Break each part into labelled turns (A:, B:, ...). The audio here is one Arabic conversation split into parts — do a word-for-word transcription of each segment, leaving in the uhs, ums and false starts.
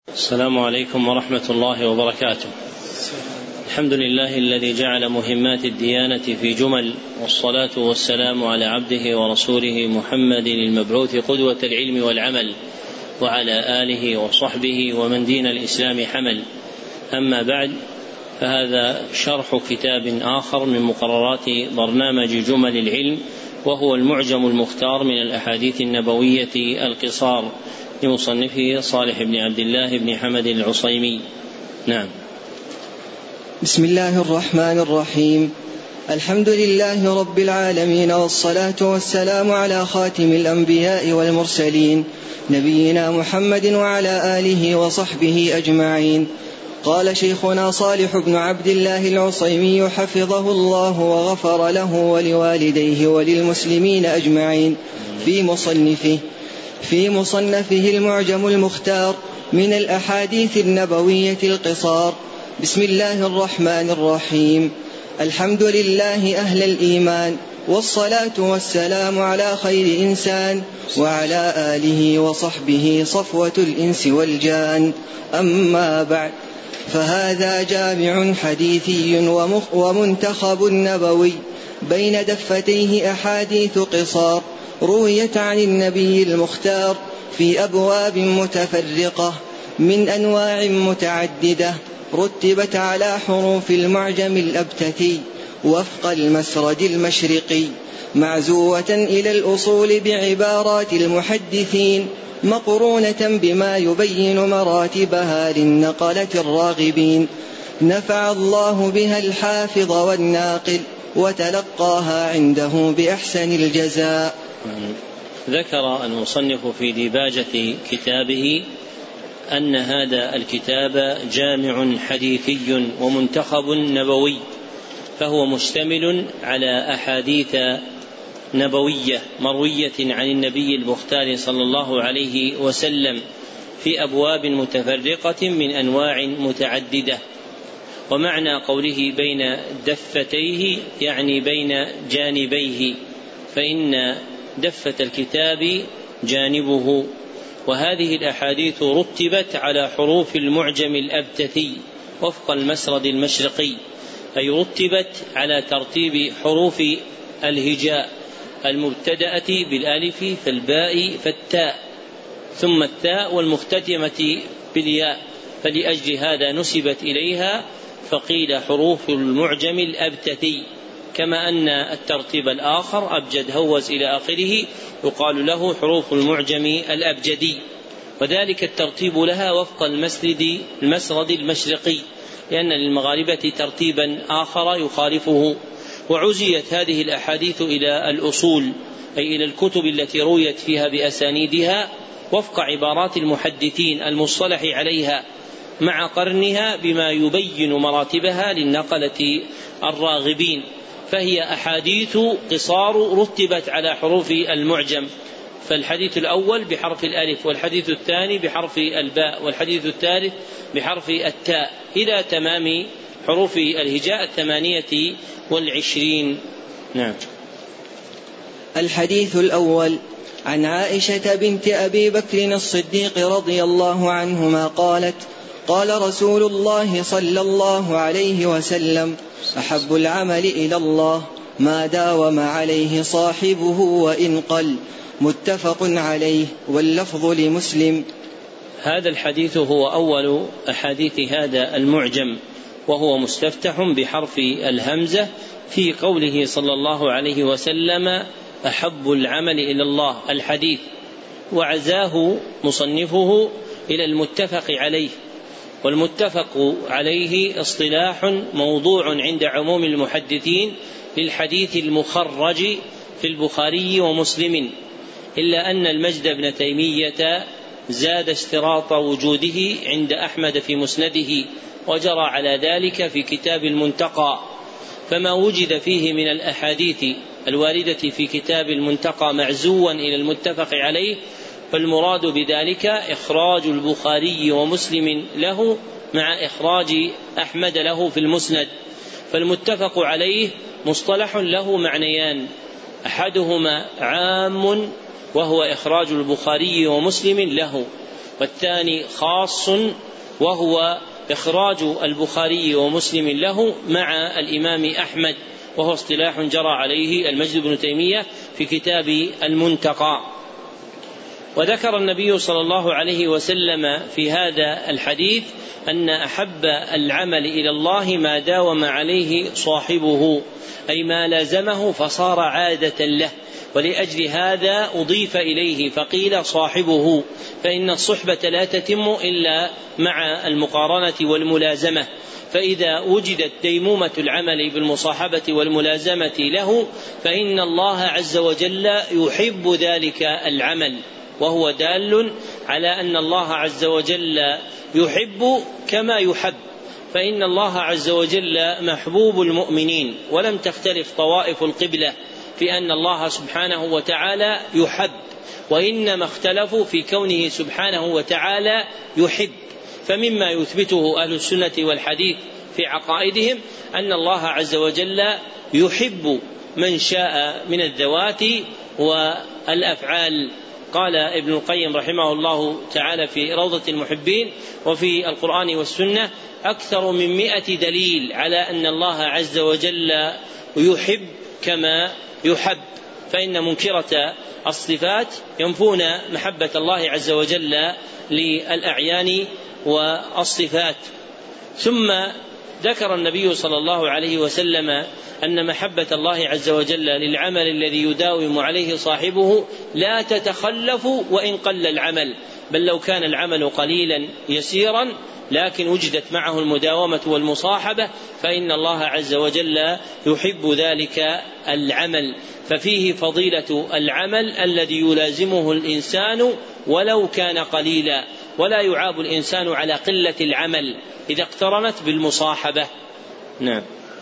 A: السلام عليكم ورحمة الله وبركاته. الحمد لله الذي جعل مهمات الديانة في جمل، والصلاة والسلام على عبده ورسوله محمد المبعوث قدوة العلم والعمل، وعلى آله وصحبه ومن دين الإسلام حمل. أما بعد، فهذا شرح كتاب آخر من مقررات برنامج جمل العلم، وهو المعجم المختار من الأحاديث النبوية القصار لمصنفه صالح بن عبد الله بن حمد العصيمي. نعم.
B: بسم الله الرحمن الرحيم. الحمد لله رب العالمين، والصلاة والسلام على خاتم الأنبياء والمرسلين نبينا محمد وعلى آله وصحبه أجمعين. قال شيخنا صالح بن عبد الله العصيمي حفظه الله وغفر له ولوالديه وللمسلمين أجمعين في مصنفه في مصنفه المعجم المختار من الأحاديث النبوية القصار. بسم الله الرحمن الرحيم. الحمد لله أهل الإيمان، والصلاة والسلام على خير إنسان وعلى آله وصحبه صفوة الإنس والجان. أما بعد، فهذا جامع حديثي ومنتخب نبوي بين دفتيه أحاديث قصار رويت عن النبي المختار في أبواب متفرقة من أنواع متعددة، رتبت على حروف المعجم الأبتثي وفق المسرد المشرقي، معزوة إلى الأصول بعبارات المحدثين، مقرونة بما يبين مراتبها للنقلة الراغبين. نفع الله بها الحافظ والناقل، وتلقاها عنده بأحسن الجزاء.
A: ذكر المصنف في ديباجة كتابه أن هذا الكتاب جامع حديثي ومنتخب نبوي، فهو مشتمل على أحاديث نبوية مروية عن النبي المختار صلى الله عليه وسلم في أبواب متفرقة من أنواع متعددة. ومعنى قوله بين دفتيه يعني بين جانبيه، فإن دفة الكتاب جانبه. وهذه الأحاديث رتبت على حروف المعجم الأبتثي وفق المسرد المشرقي، أي رتبت على ترتيب حروف الهجاء المبتدأة بالألف فالباء فالتاء، ثم التاء والمختتمة بالياء، فلأجل هذا نسبت إليها فقيل حروف المعجم الأبتثي. كما أن الترتيب الآخر أبجد هوز إلى آخره يقال له حروف المعجم الأبجدي، وذلك الترتيب لها وفق المسرد المسرد المشرقي، لأن للمغاربة ترتيبا آخر يخالفه. وعزيت هذه الأحاديث إلى الأصول، أي إلى الكتب التي رويت فيها بأسانيدها وفق عبارات المحدثين المصطلح عليها، مع قرنها بما يبين مراتبها للنقلة الراغبين. فهي أحاديث قصار رتبت على حروف المعجم، فالحديث الأول بحرف الألف، والحديث الثاني بحرف الباء، والحديث الثالث بحرف التاء، إلى تمام حروف الهجاء الثمانية والعشرين. نعم.
B: الحديث الأول عن عائشة بنت أبي بكر الصديق رضي الله عنهما قالت: قال رسول الله صلى الله عليه وسلم: أحب العمل إلى الله ما داوم عليه صاحبه وإن قل. متفق عليه، واللفظ لمسلم.
A: هذا الحديث هو أول أحاديث هذا المعجم، وهو مستفتح بحرف الهمزة في قوله صلى الله عليه وسلم: أحب العمل إلى الله الحديث، وعزاه مصنفه إلى المتفق عليه. والمتفق عليه اصطلاح موضوع عند عموم المحدثين للحديث المخرج في البخاري ومسلم، إلا أن المجد بن تيمية زاد اشتراط وجوده عند أحمد في مسنده، وجرى على ذلك في كتاب المنتقى. فما وجد فيه من الأحاديث الواردة في كتاب المنتقى معزوا إلى المتفق عليه، فالمراد بذلك إخراج البخاري ومسلم له مع إخراج أحمد له في المسند. فالمتفق عليه مصطلح له معنيان: أحدهما عام وهو إخراج البخاري ومسلم له، والثاني خاص وهو إخراج البخاري ومسلم له مع الإمام أحمد، وهو اصطلاح جرى عليه المجد بن تيمية في كتاب المنتقى. وذكر النبي صلى الله عليه وسلم في هذا الحديث أن أحب العمل إلى الله ما داوم عليه صاحبه، أي ما لازمه فصار عادة له، ولأجل هذا أضيف إليه فقيل صاحبه، فإن الصحبة لا تتم إلا مع المقارنة والملازمة، فإذا وجدت ديمومة العمل بالمصاحبة والملازمة له فإن الله عز وجل يحب ذلك العمل، وهو دال على أن الله عز وجل يحب كما يحب، فإن الله عز وجل محبوب المؤمنين، ولم تختلف طوائف القبلة في أن الله سبحانه وتعالى يحب، وإنما اختلفوا في كونه سبحانه وتعالى يحب. فمما يثبته أهل السنة والحديث في عقائدهم أن الله عز وجل يحب من شاء من الذوات والأفعال. قال ابن القيم رحمه الله تعالى في روضة المحبين: وفي القرآن والسنة أكثر من مئة دليل على أن الله عز وجل يحب كما يحب، فإن منكرة الصفات ينفون محبة الله عز وجل للأعيان والصفات. ثم ذكر النبي صلى الله عليه وسلم أن محبة الله عز وجل للعمل الذي يداوم عليه صاحبه لا تتخلف وإن قل العمل، بل لو كان العمل قليلا يسيرا لكن وجدت معه المداومة والمصاحبة فإن الله عز وجل يحب ذلك العمل. ففيه فضيلة العمل الذي يلازمه الإنسان ولو كان قليلا، ولا يعاب الإنسان على قلة العمل إذا اقترنت بالمصاحبة. نعم.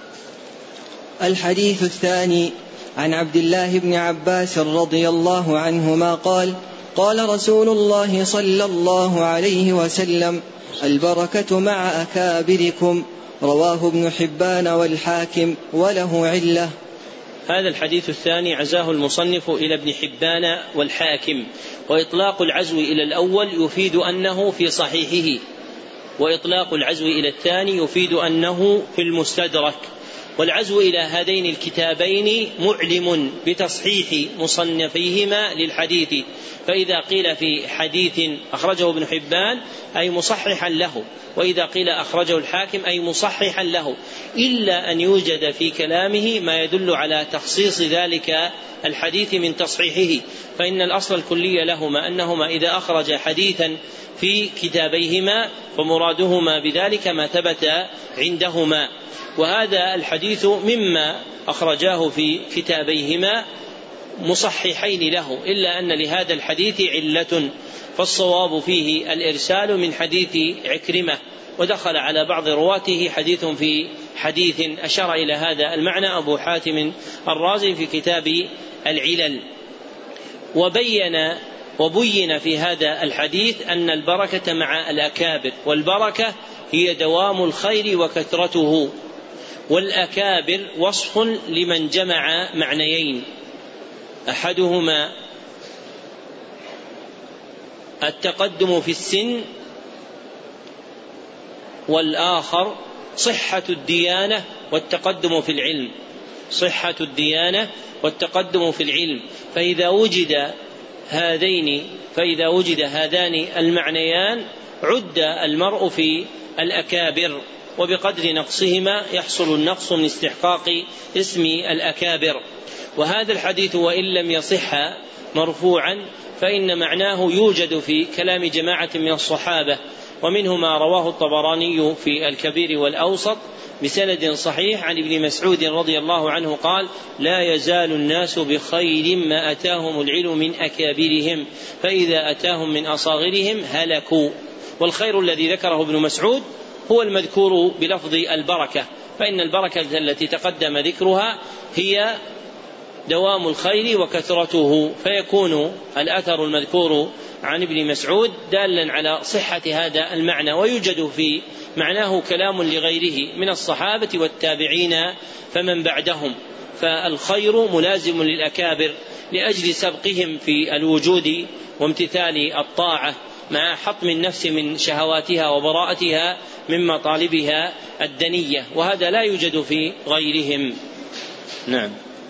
B: الحديث الثاني عن عبد الله بن عباس رضي الله عنهما قال: قال رسول الله صلى الله عليه وسلم: البركة مع أكابركم. رواه ابن حبان والحاكم وله علة.
A: هذا الحديث الثاني عزاه المصنف إلى ابن حبان والحاكم، وإطلاق العزو إلى الأول يفيد أنه في صحيحه، وإطلاق العزو إلى الثاني يفيد أنه في المستدرك. والعزو إلى هذين الكتابين معلم بتصحيح مصنفيهما للحديث، فإذا قيل في حديث أخرجه ابن حبان أي مصححا له، وإذا قيل أخرجه الحاكم أي مصححا له، إلا أن يوجد في كلامه ما يدل على تخصيص ذلك الحديث من تصحيحه، فإن الأصل الكلي لهما أنهما إذا أخرج حديثا في كتابيهما فمرادهما بذلك ما ثبت عندهما، وهذا الحديث مما أخرجاه في كتابيهما مصححين له، إلا أن لهذا الحديث علة، فالصواب فيه الإرسال من حديث عكرمة، ودخل على بعض رواته حديث في حديث، أشار إلى هذا المعنى أبو حاتم الرازي في كتاب العلل. وبين وبين في هذا الحديث أن البركة مع الأكابر، والبركة هي دوام الخير وكثرته، والأكابر وصف لمن جمع معنيين: أحدهما التقدم في السن، والآخر صحة الديانة والتقدم في العلم صحة الديانة والتقدم في العلم فإذا وجد هذين فإذا وجد هذان المعنيان عد المرء في الأكابر، وبقدر نقصهما يحصل النقص من استحقاق اسم الأكابر. وهذا الحديث وإن لم يصح مرفوعا فإن معناه يوجد في كلام جماعة من الصحابة، ومنه ما رواه الطبراني في الكبير والأوسط بسند صحيح عن ابن مسعود رضي الله عنه قال: لا يزال الناس بخير ما أتاهم العلم من أكابرهم، فإذا أتاهم من أصاغرهم هلكوا. والخير الذي ذكره ابن مسعود هو المذكور بلفظ البركة، فإن البركة التي تقدم ذكرها هي دوام الخير وكثرته، فيكون الأثر المذكور عن ابن مسعود دالا على صحة هذا المعنى. ويوجد في معناه كلام لغيره من الصحابة والتابعين فمن بعدهم، فالخير ملازم للأكابر لأجل سبقهم في الوجود وامتثال الطاعة، مع حطم النفس من شهواتها وبراءتها من مطالبها الدنية، وهذا لا يوجد في غيرهم. نعم.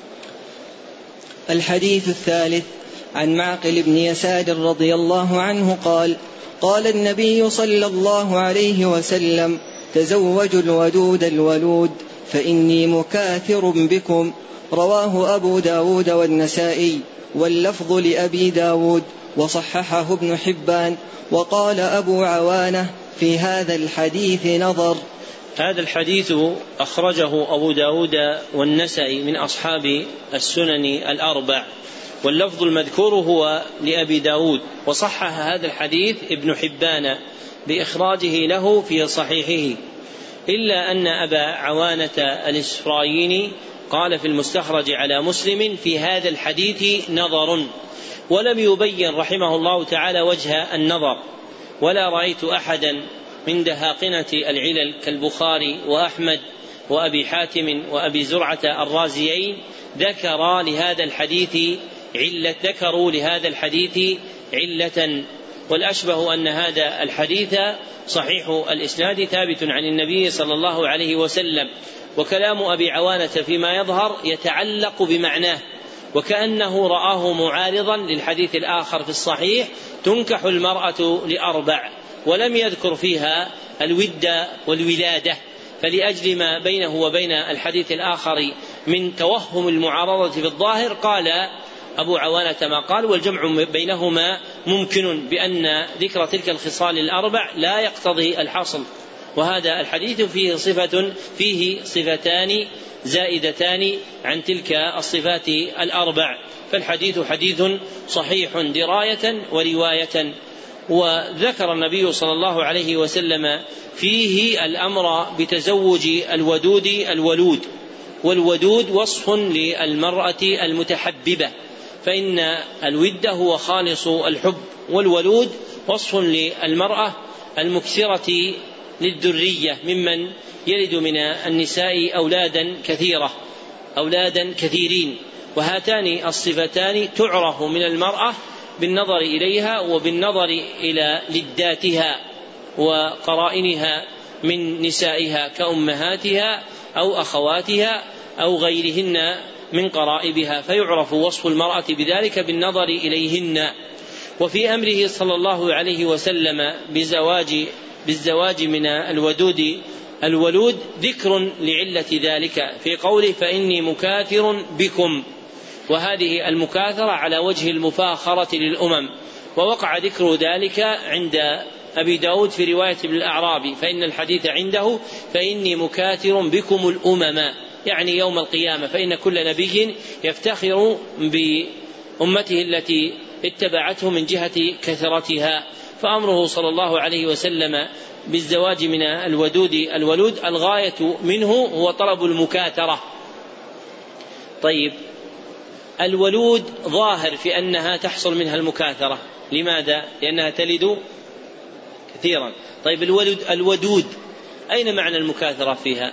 B: الحديث الثالث عن معقل بن يسار رضي الله عنه قال: قال النبي صلى الله عليه وسلم: تزوجوا الودود الولود فإني مكاثر بكم. رواه أبو داود والنسائي، واللفظ لأبي داود، وصححه ابن حبان. وقال أبو عوانة: في هذا الحديث نظر.
A: هذا الحديث أخرجه أبو داود والنسائي من أصحاب السنن الأربع، واللفظ المذكور هو لأبي داود، وصحح هذا الحديث ابن حبان بإخراجه له في صحيحه، إلا أن أبا عوانة الإسفرايني قال في المستخرج على مسلم: في هذا الحديث نظر، ولم يبين رحمه الله تعالى وجه النظر، ولا رأيت أحدا من دهاقنة العلل كالبخاري وأحمد وأبي حاتم وأبي زرعة الرازيين ذكر لهذا الحديث علة ذكروا لهذا الحديث علة، والأشبه أن هذا الحديث صحيح الإسناد ثابت عن النبي صلى الله عليه وسلم، وكلام أبي عوانة فيما يظهر يتعلق بمعناه، وكأنه رآه معارضا للحديث الآخر في الصحيح: تنكح المرأة لأربع، ولم يذكر فيها الود والولادة، فلأجل ما بينه وبين الحديث الآخر من توهم المعارضة في الظاهر قال أبو عوانة ما قال، والجمع بينهما ممكن بأن ذكر تلك الخصال الأربع لا يقتضي الحصل، وهذا الحديث فيه صفة فيه صفتان زائدتان عن تلك الصفات الأربع، فالحديث حديث صحيح دراية ورواية. وذكر النبي صلى الله عليه وسلم فيه الأمر بتزوج الودود الولود، والودود وصف للمرأة المتحببة، فإن الود هو خالص الحب، والولود وصف للمرأة المكثرة للذرية ممن يلد من النساء أولادا كثيرة أولادا كثيرين، وهاتان الصفتان تعرف من المرأة بالنظر إليها وبالنظر إلى لداتها وقرائنها من نسائها كأمهاتها أو أخواتها أو غيرهن من قرائبها، فيعرف وصف المرأة بذلك بالنظر إليهن. وفي أمره صلى الله عليه وسلم بزواج بالزواج من الودود الولود ذكر لعلة ذلك في قوله: فإني مكاثر بكم، وهذه المكاثرة على وجه المفاخرة للأمم، ووقع ذكر ذلك عند أبي داود في رواية ابن الأعرابي، فإن الحديث عنده: فإني مكاثر بكم الأمم، يعني يوم القيامة، فإن كل نبي يفتخر بأمته التي اتبعته من جهة كثرتها، فأمره صلى الله عليه وسلم بالزواج من الودود الولود الغاية منه هو طلب المكاثرة. طيب، الولود ظاهر في أنها تحصل منها المكاثرة، لماذا؟ لأنها تلد كثيرا. طيب، الولد الودود أين معنى المكاثرة فيها؟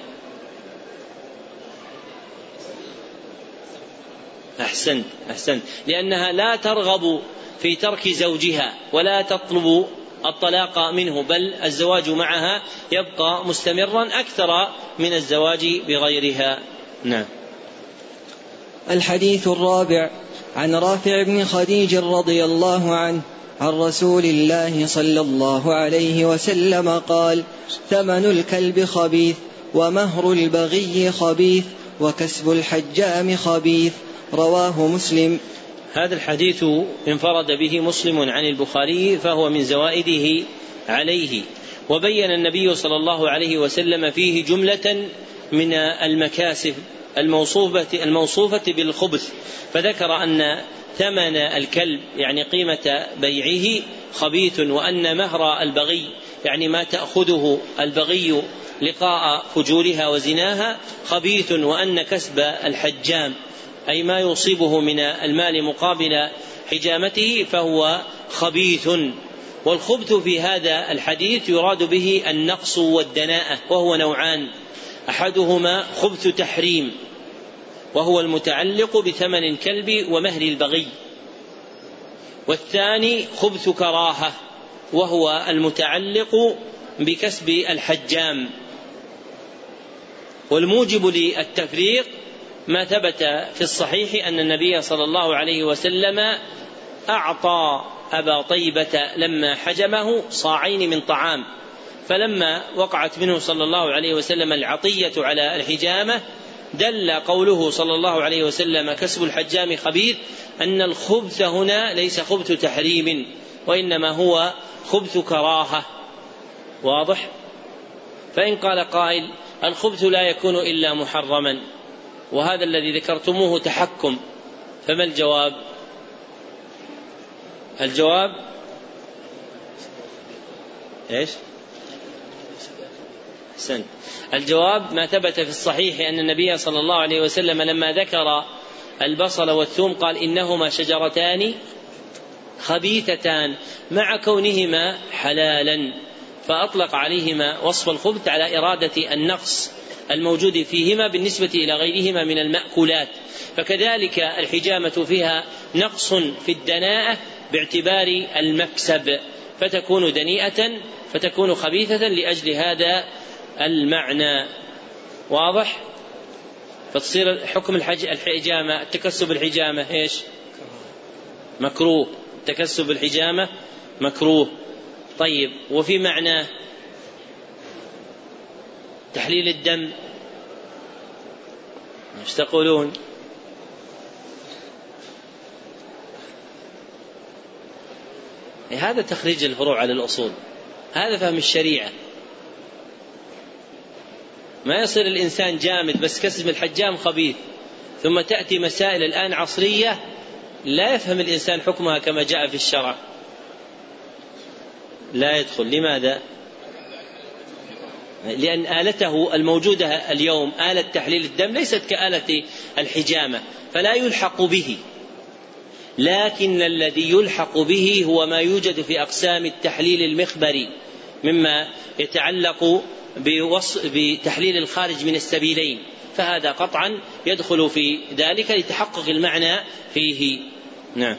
A: أحسنت أحسنت لأنها لا ترغب في ترك زوجها ولا تطلب الطلاق منه، بل الزواج معها يبقى مستمرا أكثر من الزواج بغيرها. نعم.
B: الحديث الرابع عن رافع بن خديج رضي الله عنه عن رسول الله صلى الله عليه وسلم قال: ثمن الكلب خبيث، ومهر البغي خبيث، وكسب الحجام خبيث. رواه مسلم.
A: هذا الحديث انفرد به مسلم عن البخاري، فهو من زوائده عليه، وبين النبي صلى الله عليه وسلم فيه جملة من المكاسب الموصوفة, الموصوفة بالخبث، فذكر أن ثمن الكلب يعني قيمة بيعه خبيث، وأن مهر البغي يعني ما تأخذه البغي لقاء فجورها وزناها خبيث، وأن كسب الحجام أي ما يصيبه من المال مقابل حجامته فهو خبيث. والخبث في هذا الحديث يراد به النقص والدناءة، وهو نوعان: أحدهما خبث تحريم، وهو المتعلق بثمن الكلب ومهر البغي، والثاني خبث كراهة، وهو المتعلق بكسب الحجام. والموجب للتفريق ما ثبت في الصحيح أن النبي صلى الله عليه وسلم أعطى أبا طيبة لما حجمه صاعين من طعام، فلما وقعت منه صلى الله عليه وسلم العطية على الحجامة دل قوله صلى الله عليه وسلم كسب الحجام خبيث أن الخبث هنا ليس خبث تحريم، وإنما هو خبث كراهة. واضح؟ فإن قال قائل الخبث لا يكون إلا محرما، وهذا الذي ذكرتموه تحكم، فما الجواب؟ الجواب إيش؟ سنت. الجواب ما ثبت في الصحيح أن النبي صلى الله عليه وسلم لما ذكر البصل والثوم قال إنهما شجرتان خبيثتان مع كونهما حلالا، فأطلق عليهما وصف الخبث على إرادة النقص الموجود فيهما بالنسبة إلى غيرهما من المأكولات. فكذلك الحجامة فيها نقص في الدناءة باعتبار المكسب، فتكون دنيئة فتكون خبيثة لأجل هذا المعنى. واضح؟ فتصير حكم الحجامة التكسب الحجامة إيش؟ مكروه. تكسب الحجامة مكروه. طيب، وفي معنى تحليل الدم ايش تقولون؟ هذا تخريج الفروع على الأصول، هذا فهم الشريعة. ما يصير الإنسان جامد بس كسب الحجام خبيث، ثم تأتي مسائل الآن عصرية لا يفهم الإنسان حكمها كما جاء في الشرع، لا يدخل. لماذا؟ لأن آلته الموجودة اليوم آلة تحليل الدم ليست كآلة الحجامة، فلا يلحق به. لكن الذي يلحق به هو ما يوجد في أقسام التحليل المخبري مما يتعلق بتحليل الخارج من السبيلين، فهذا قطعا يدخل في ذلك لتحقق المعنى فيه. نعم.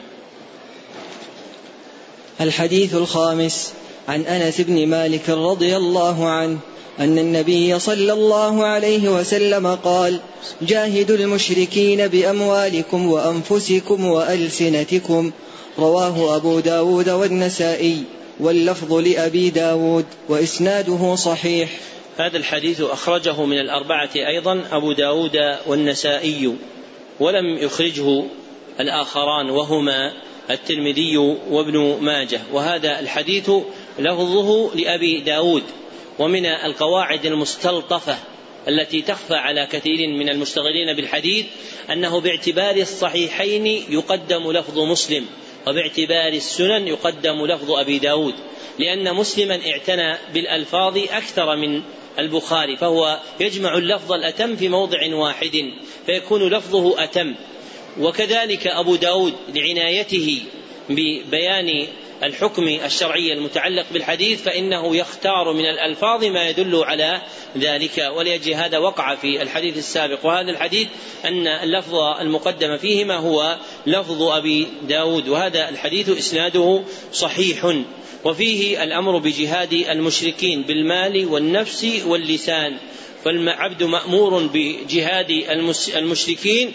B: الحديث الخامس عن أنس بن مالك رضي الله عنه أن النبي صلى الله عليه وسلم قال: جاهدوا المشركين بأموالكم وأنفسكم وألسنتكم. رواه أبو داود والنسائي، واللفظ لأبي داود، وإسناده صحيح.
A: هذا الحديث أخرجه من الأربعة أيضا أبو داود والنسائي، ولم يخرجه الآخران وهما الترمذي وابن ماجه. وهذا الحديث لفظه لأبي داود. ومن القواعد المستلطفة التي تخفى على كثير من المشتغلين بالحديث أنه باعتبار الصحيحين يقدم لفظ مسلم، وباعتبار السنن يقدم لفظ أبي داود، لأن مسلما اعتنى بالألفاظ أكثر من البخاري، فهو يجمع اللفظ الأتم في موضع واحد فيكون لفظه أتم. وكذلك أبو داود لعنايته ببيان الحكم الشرعي المتعلق بالحديث فإنه يختار من الألفاظ ما يدل على ذلك، ولأجل هذا وقع في الحديث السابق وهذا الحديث أن اللفظ المقدم فيهما هو لفظ أبي داود، وهذا الحديث إسناده صحيح. وفيه الأمر بجهاد المشركين بالمال والنفس واللسان، فالعبد مأمور بجهاد المشركين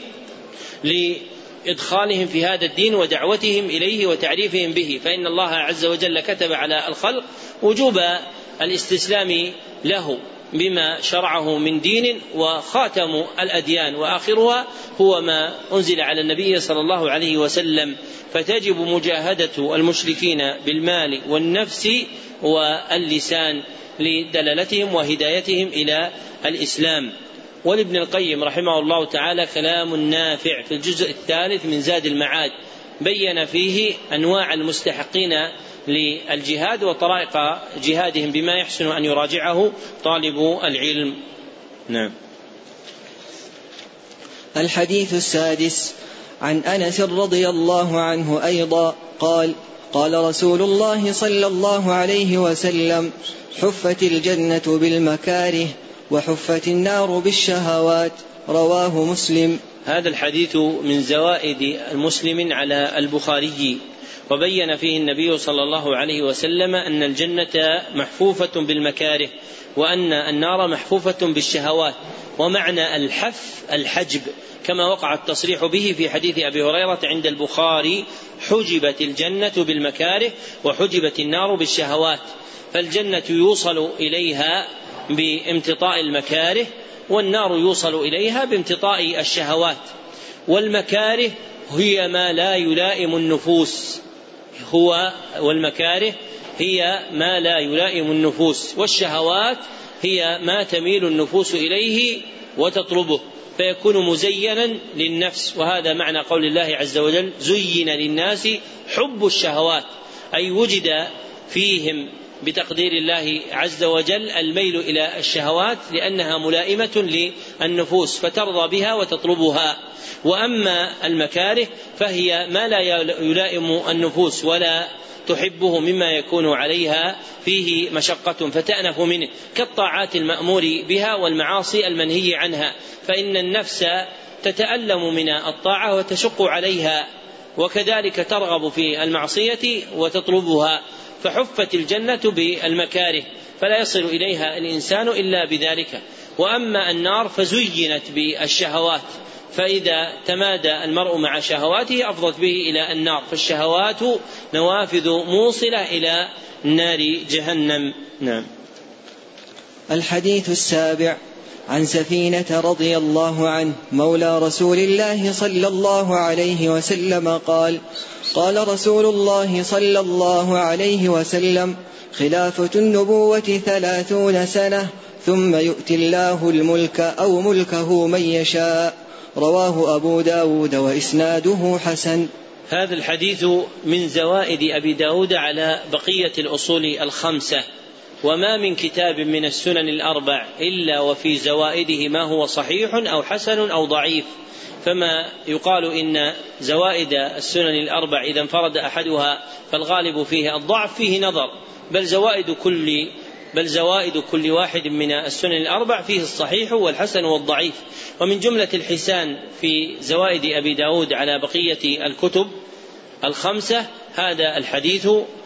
A: لإدخالهم في هذا الدين ودعوتهم إليه وتعريفهم به، فإن الله عز وجل كتب على الخلق وجوب الاستسلام له بما شرعه من دين، وخاتم الأديان وآخرها هو ما أنزل على النبي صلى الله عليه وسلم، فتجب مجاهدة المشركين بالمال والنفس واللسان لدلالتهم وهدايتهم إلى الإسلام. ولابن القيم رحمه الله تعالى كلام نافع في الجزء الثالث من زاد المعاد، بين فيه أنواع المستحقين للجهاد وطرائق جهادهم بما يحسن أن يراجعه طالب العلم. نعم.
B: الحديث السادس عن أنس رضي الله عنه أيضا قال: قال رسول الله صلى الله عليه وسلم: حفت الجنة بالمكاره وحفت النار بالشهوات. رواه مسلم.
A: هذا الحديث من زوائد المسلم على البخاري، وبين فيه النبي صلى الله عليه وسلم أن الجنة محفوفة بالمكاره وأن النار محفوفة بالشهوات، ومعنى الحف الحجب كما وقع التصريح به في حديث أبي هريرة عند البخاري: حجبت الجنة بالمكاره وحجبت النار بالشهوات. فالجنة يوصل إليها بامتطاء المكاره، والنار يوصل إليها بامتطاء الشهوات. والمكاره هي ما لا يلائم النفوس هو والمكاره هي ما لا يلائم النفوس، والشهوات هي ما تميل النفوس إليه وتطلبه فيكون مزينا للنفس. وهذا معنى قول الله عز وجل: زين للناس حب الشهوات، أي وجد فيهم بتقدير الله عز وجل الميل إلى الشهوات لأنها ملائمة للنفوس فترضى بها وتطلبها. وأما المكاره فهي ما لا يلائم النفوس ولا تحبه مما يكون عليها فيه مشقة فتأنف منه، كالطاعات المأمور بها والمعاصي المنهي عنها، فإن النفس تتألم من الطاعة وتشق عليها، وكذلك ترغب في المعصية وتطلبها، فحفت الجنة بالمكاره فلا يصل إليها الإنسان إلا بذلك. وأما النار فزينت بالشهوات، فإذا تمادى المرء مع شهواته أفضت به إلى النار، فالشهوات نوافذ موصلة إلى نار جهنم. نعم.
B: الحديث السابع: عن سفينة رضي الله عنه مولى رسول الله صلى الله عليه وسلم قال: قال رسول الله صلى الله عليه وسلم: خلافة النبوة ثلاثون سنة ثم يؤتي الله الملك أو ملكه من يشاء. رواه أبو داود وإسناده حسن.
A: هذا الحديث من زوائد أبي داود على بقية الأصول الخمسة، وما من كتاب من السنن الأربع إلا وفي زوائده ما هو صحيح أو حسن أو ضعيف. فما يقال إن زوائد السنن الأربع إذا انفرد أحدها فالغالب فيه الضعف فيه نظر، بل زوائد كل بل زوائد كل واحد من السنن الأربع فيه الصحيح والحسن والضعيف. ومن جملة الحسان في زوائد أبي داود على بقية الكتب الخمسة هذا الحديث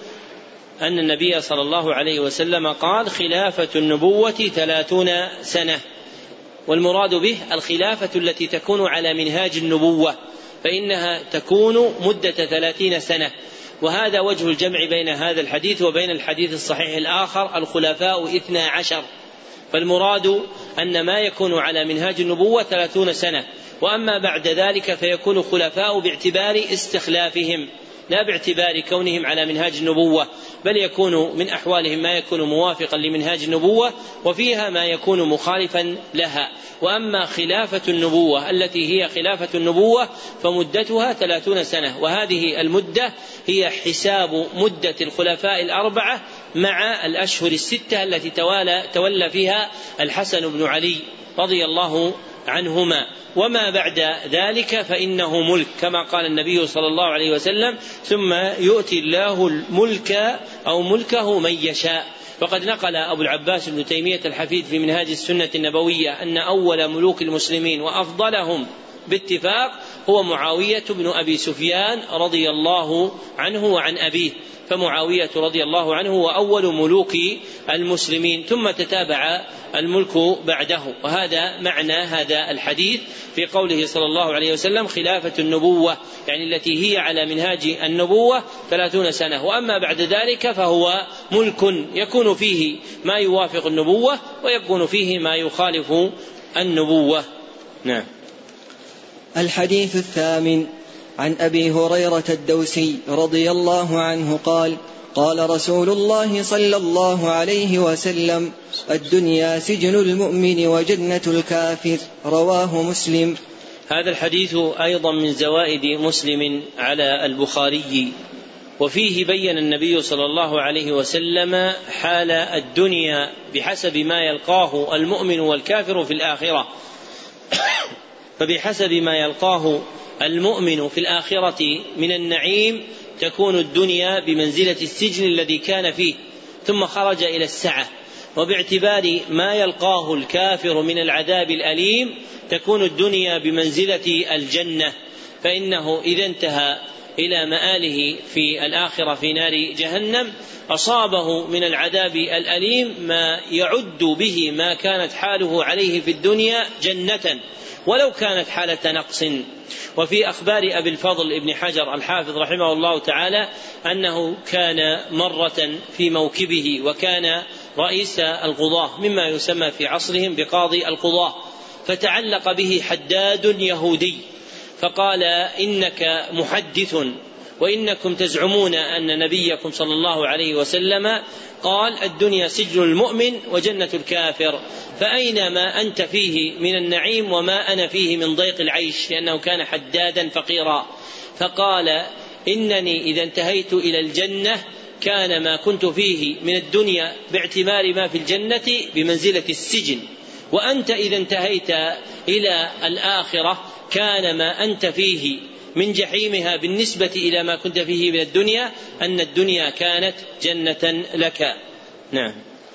A: أن النبي صلى الله عليه وسلم قال: خلافة النبوة ثلاثون سنة، والمراد به الخلافة التي تكون على منهاج النبوة، فإنها تكون مدة ثلاثين سنة. وهذا وجه الجمع بين هذا الحديث وبين الحديث الصحيح الآخر: الخلفاء اثنا عشر. فالمراد أن ما يكون على منهاج النبوة ثلاثون سنة، وأما بعد ذلك فيكون خلفاء باعتبار استخلافهم لا باعتبار كونهم على منهاج النبوة، بل يكون من أحوالهم ما يكون موافقا لمنهاج النبوة وفيها ما يكون مخالفا لها. وأما خلافة النبوة التي هي خلافة النبوة فمدتها ثلاثون سنة، وهذه المدة هي حساب مدة الخلفاء الأربعة مع الأشهر الستة التي توالى تولى فيها الحسن بن علي رضي الله عنهما. وما بعد ذلك فإنه ملك، كما قال النبي صلى الله عليه وسلم: ثم يؤتي الله الملك أو ملكه من يشاء. وقد نقل أبو العباس بن تيمية الحفيد في منهاج السنة النبوية أن أول ملوك المسلمين وأفضلهم باتفاق هو معاوية بن أبي سفيان رضي الله عنه وعن أبيه، فمعاوية رضي الله عنه هو أول ملوك المسلمين، ثم تتابع الملك بعده. وهذا معنى هذا الحديث في قوله صلى الله عليه وسلم: خلافة النبوة، يعني التي هي على منهاج النبوة ثلاثون سنة، وأما بعد ذلك فهو ملك يكون فيه ما يوافق النبوة ويكون فيه ما يخالف النبوة. نعم.
B: الحديث الثامن: عن أبي هريرة الدوسي رضي الله عنه قال: قال رسول الله صلى الله عليه وسلم: الدنيا سجن المؤمن وجنة الكافر. رواه مسلم.
A: هذا الحديث أيضا من زوائد مسلم على البخاري، وفيه بين النبي صلى الله عليه وسلم حال الدنيا بحسب ما يلقاه المؤمن والكافر في الآخرة. فبحسب ما يلقاه المؤمن في الآخرة من النعيم تكون الدنيا بمنزلة السجن الذي كان فيه ثم خرج إلى السعة، وباعتبار ما يلقاه الكافر من العذاب الأليم تكون الدنيا بمنزلة الجنة، فإنه إذا انتهى إلى مآله في الآخرة في نار جهنم أصابه من العذاب الأليم ما يعد به ما كانت حاله عليه في الدنيا جنة ولو كانت حالة نقص. وفي أخبار أبي الفضل ابن حجر الحافظ رحمه الله تعالى أنه كان مرة في موكبه وكان رئيس القضاة مما يسمى في عصرهم بقاضي القضاة، فتعلق به حداد يهودي فقال: إنك محدث وإنكم تزعمون أن نبيكم صلى الله عليه وسلم قال: الدنيا سجن المؤمن وجنة الكافر، فأين ما أنت فيه من النعيم وما أنا فيه من ضيق العيش، لأنه كان حدادا فقيرا. فقال: إنني إذا انتهيت إلى الجنة كان ما كنت فيه من الدنيا باعتبار ما في الجنة بمنزلة السجن، وأنت إذا انتهيت إلى الآخرة كان ما أنت فيه من جحيمها بالنسبة إلى ما كنت فيه من الدنيا أن الدنيا كانت جنة لك. نعم.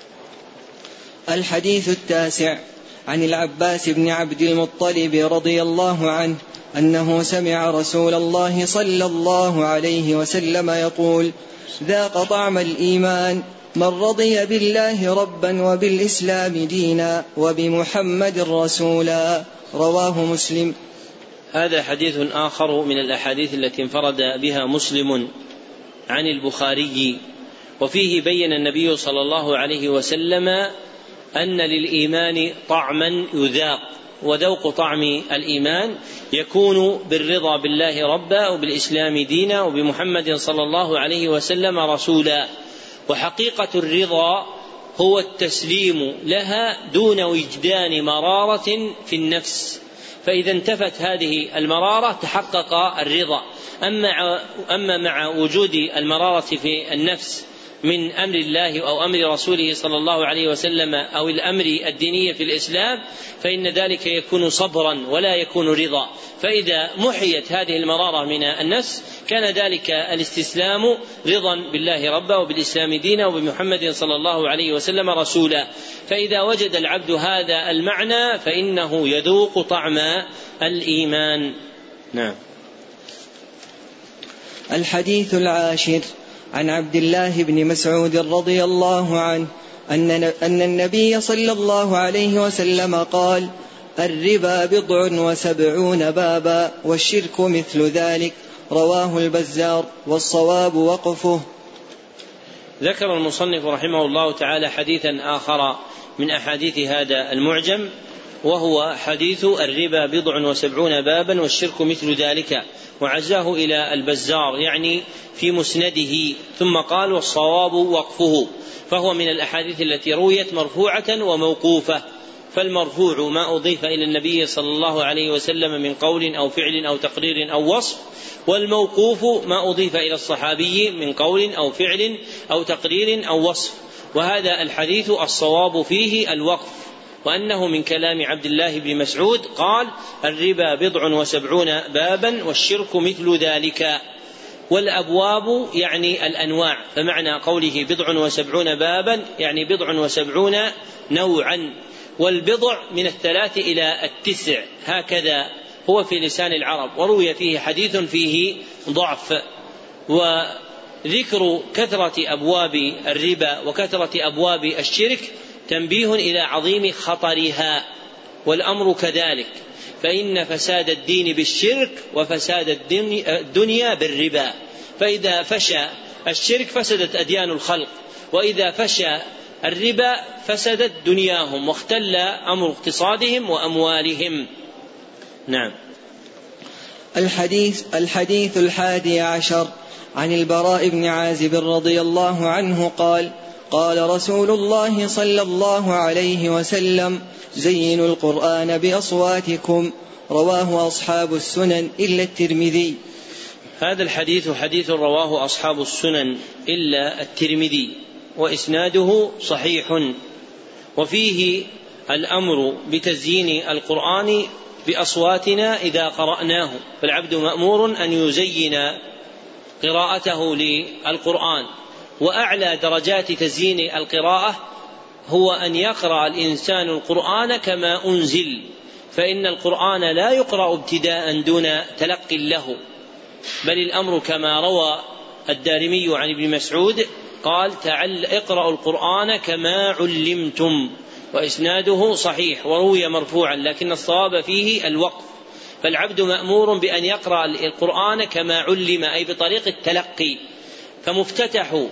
B: الحديث التاسع عن العباس بن عبد المطلب رضي الله عنه أنه سمع رسول الله صلى الله عليه وسلم يقول: ذاق طعم الإيمان من رضي بالله ربا وبالإسلام دينا وبمحمد رسولا. رواه مسلم.
A: هذا حديث آخر من الأحاديث التي انفرد بها مسلم عن البخاري، وفيه بين النبي صلى الله عليه وسلم أن للإيمان طعما يذاق، وذوق طعم الإيمان يكون بالرضا بالله ربا وبالإسلام دينا وبمحمد صلى الله عليه وسلم رسولا. وحقيقة الرضا هو التسليم لها دون وجدان مرارة في النفس، فإذا انتفت هذه المرارة تحقق الرضا. أما مع وجود المرارة في النفس من أمر الله أو أمر رسوله صلى الله عليه وسلم أو الأمر الديني في الإسلام فإن ذلك يكون صبرا ولا يكون رضا. فإذا محيت هذه المرارة من النفس كان ذلك الاستسلام رضا بالله ربا وبالإسلام دينا وبمحمد صلى الله عليه وسلم رسولا. فإذا وجد العبد هذا المعنى فإنه يذوق طعم الإيمان. نعم.
B: الحديث العاشر عن عبد الله بن مسعود رضي الله عنه أن النبي صلى الله عليه وسلم قال: الربا بضع وسبعون بابا والشرك مثل ذلك. رواه البزار والصواب وقفه.
A: ذكر المصنف رحمه الله تعالى حديثا آخر من أحاديث هذا المعجم، وهو حديث الربا بضع وسبعون بابا والشرك مثل ذلك، وعزاه إلى البزار يعني في مسنده، ثم قال: والصواب وقفه. فهو من الأحاديث التي رويت مرفوعة وموقوفة، فالمرفوع ما أضيف إلى النبي صلى الله عليه وسلم من قول أو فعل أو تقرير أو وصف، والموقوف ما أضيف إلى الصحابي من قول أو فعل أو تقرير أو وصف. وهذا الحديث الصواب فيه الوقف، وأنه من كلام عبد الله بن مسعود قال: الربا بضع وسبعون بابا والشرك مثل ذلك. والأبواب يعني الأنواع، فمعنى قوله بضع وسبعون بابا يعني بضع وسبعون نوعا، والبضع من الثلاث إلى التسع، هكذا هو في لسان العرب. وروي فيه حديث فيه ضعف. وذكر كثرة أبواب الربا وكثرة أبواب الشرك تنبيه إلى عظيم خطرها، والأمر كذلك، فإن فساد الدين بالشرك وفساد الدنيا بالربا. فإذا فشى الشرك فسدت أديان الخلق، وإذا فشى الربا فسدت دنياهم واختل أمر اقتصادهم وأموالهم. نعم.
B: الحديث الحديث الحادي عشر عن البراء بن عازب رضي الله عنه قال: قال رسول الله صلى الله عليه وسلم: زينوا القرآن بأصواتكم. رواه أصحاب السنن إلا الترمذي.
A: هذا الحديث حديث رواه أصحاب السنن إلا الترمذي، وإسناده صحيح، وفيه الأمر بتزيين القرآن بأصواتنا إذا قرأناه، فالعبد مأمور أن يزين قراءته للقرآن. وأعلى درجات تزيين القراءة هو أن يقرأ الإنسان القرآن كما أنزل، فإن القرآن لا يقرأ ابتداء دون تلقي له، بل الأمر كما روى الدارمي عن ابن مسعود قال تعال اقرأوا القرآن كما علمتم، وإسناده صحيح، وروي مرفوعا لكن الصواب فيه الوقف. فالعبد مأمور بأن يقرأ القرآن كما علم، أي بطريق التلقي. فمفتتح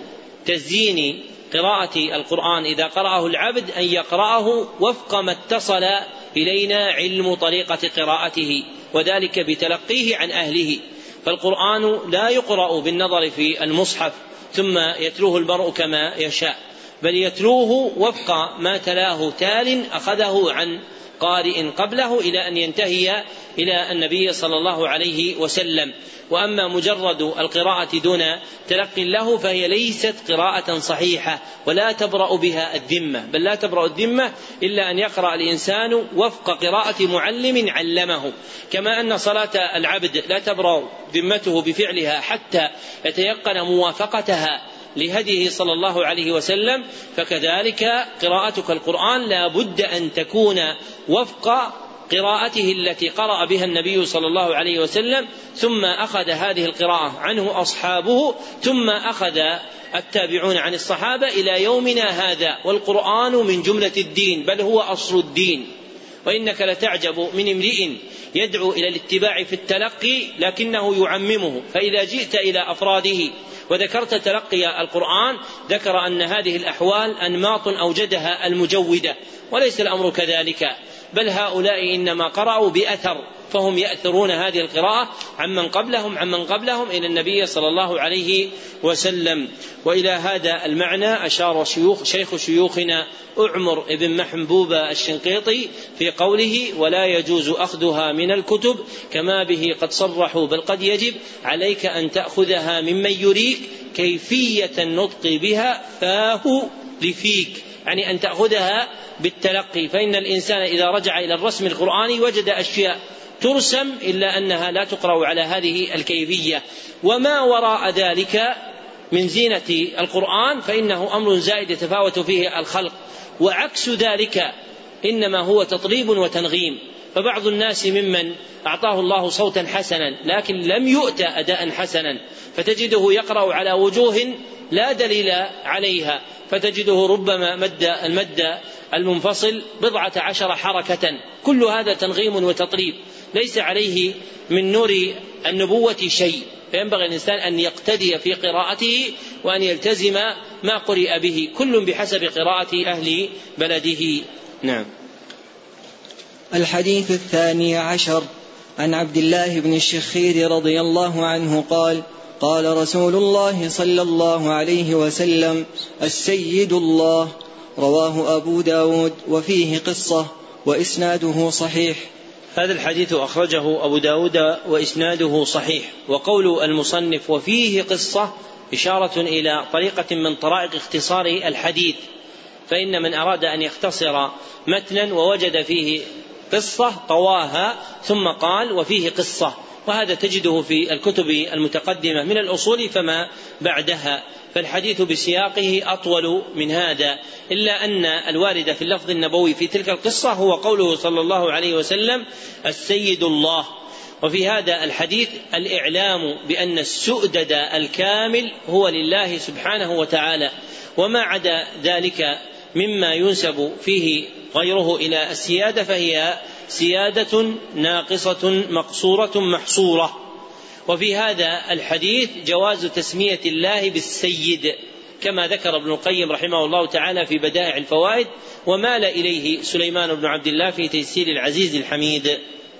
A: تزيين قراءة القرآن إذا قرأه العبد أن يقرأه وفق ما اتصل إلينا علم طريقة قراءته، وذلك بتلقيه عن أهله. فالقرآن لا يقرأ بالنظر في المصحف ثم يتلوه المرء كما يشاء، بل يتلوه وفق ما تلاه تال أخذه عن قارئ قبله إلى أن ينتهي إلى النبي صلى الله عليه وسلم. وأما مجرد القراءة دون تلقي له فهي ليست قراءة صحيحة ولا تبرأ بها الذمة، بل لا تبرأ الذمة إلا أن يقرأ الإنسان وفق قراءة معلم علمه. كما أن صلاة العبد لا تبرأ ذمته بفعلها حتى يتيقن موافقتها لهديه صلى الله عليه وسلم، فكذلك قراءتك القرآن لا بد أن تكون وفق قراءته التي قرأ بها النبي صلى الله عليه وسلم، ثم أخذ هذه القراءة عنه أصحابه، ثم أخذ التابعون عن الصحابة إلى يومنا هذا. والقرآن من جملة الدين، بل هو أصل الدين. وإنك لتعجب من امرئ يدعو إلى الاتباع في التلقي لكنه يعممه، فإذا جئت إلى أفراده وذكرت تلقي القرآن ذكر أن هذه الأحوال أنماط أوجدها المجودة، وليس الأمر كذلك، بل هؤلاء إنما قرأوا بأثر، فهم يأثرون هذه القراءة عمن قبلهم عمن قبلهم إلى النبي صلى الله عليه وسلم. وإلى هذا المعنى أشار شيوخ شيخ شيوخنا أعمر ابن محبوب الشنقيطي في قوله ولا يجوز أخذها من الكتب كما به قد صرحوا، بل قد يجب عليك أن تأخذها ممن يريك كيفية النطق بها فاه لفيك، يعني أن تأخذها بالتلقي. فإن الإنسان إذا رجع إلى الرسم القرآني وجد أشياء ترسم إلا أنها لا تقرأ على هذه الكيفية. وما وراء ذلك من زينة القرآن فإنه أمر زائد يتفاوت فيه الخلق، وعكس ذلك إنما هو تطريب وتنغيم. فبعض الناس ممن أعطاه الله صوتا حسنا لكن لم يؤت أداء حسنا، فتجده يقرأ على وجوه لا دليل عليها، فتجده ربما مد المد المنفصل بضعة عشر حركة، كل هذا تنغيم وتطريب ليس عليه من نور النبوة شيء. فينبغي الإنسان أن يقتدي في قراءته وأن يلتزم ما قرئ به، كل بحسب قراءة أهل بلده. نعم.
B: الحديث الثاني عشر عن عبد الله بن الشخير رضي الله عنه قال قال رسول الله صلى الله عليه وسلم السيد الله، رواه أبو داود، وفيه قصة وإسناده صحيح.
A: هذا الحديث أخرجه أبو داود وإسناده صحيح. وقول المصنف وفيه قصة إشارة إلى طريقة من طرائق اختصار الحديث، فإن من أراد أن يختصر متنا ووجد فيه قصة طواها ثم قال وفيه قصة، وهذا تجده في الكتب المتقدمة من الأصول فما بعدها، فالحديث بسياقه أطول من هذا، إلا أن الوارد في اللفظ النبوي في تلك القصة هو قوله صلى الله عليه وسلم السيد الله. وفي هذا الحديث الإعلام بأن السؤدد الكامل هو لله سبحانه وتعالى، وما عدا ذلك مما ينسب فيه غيره إلى السيادة فهي سيادة ناقصة مقصورة محصورة. وفي هذا الحديث جواز تسمية الله بالسيد كما ذكر ابن القيم رحمه الله تعالى في بدائع الفوائد، ومال إليه سليمان بن عبد الله في تيسير العزيز الحميد.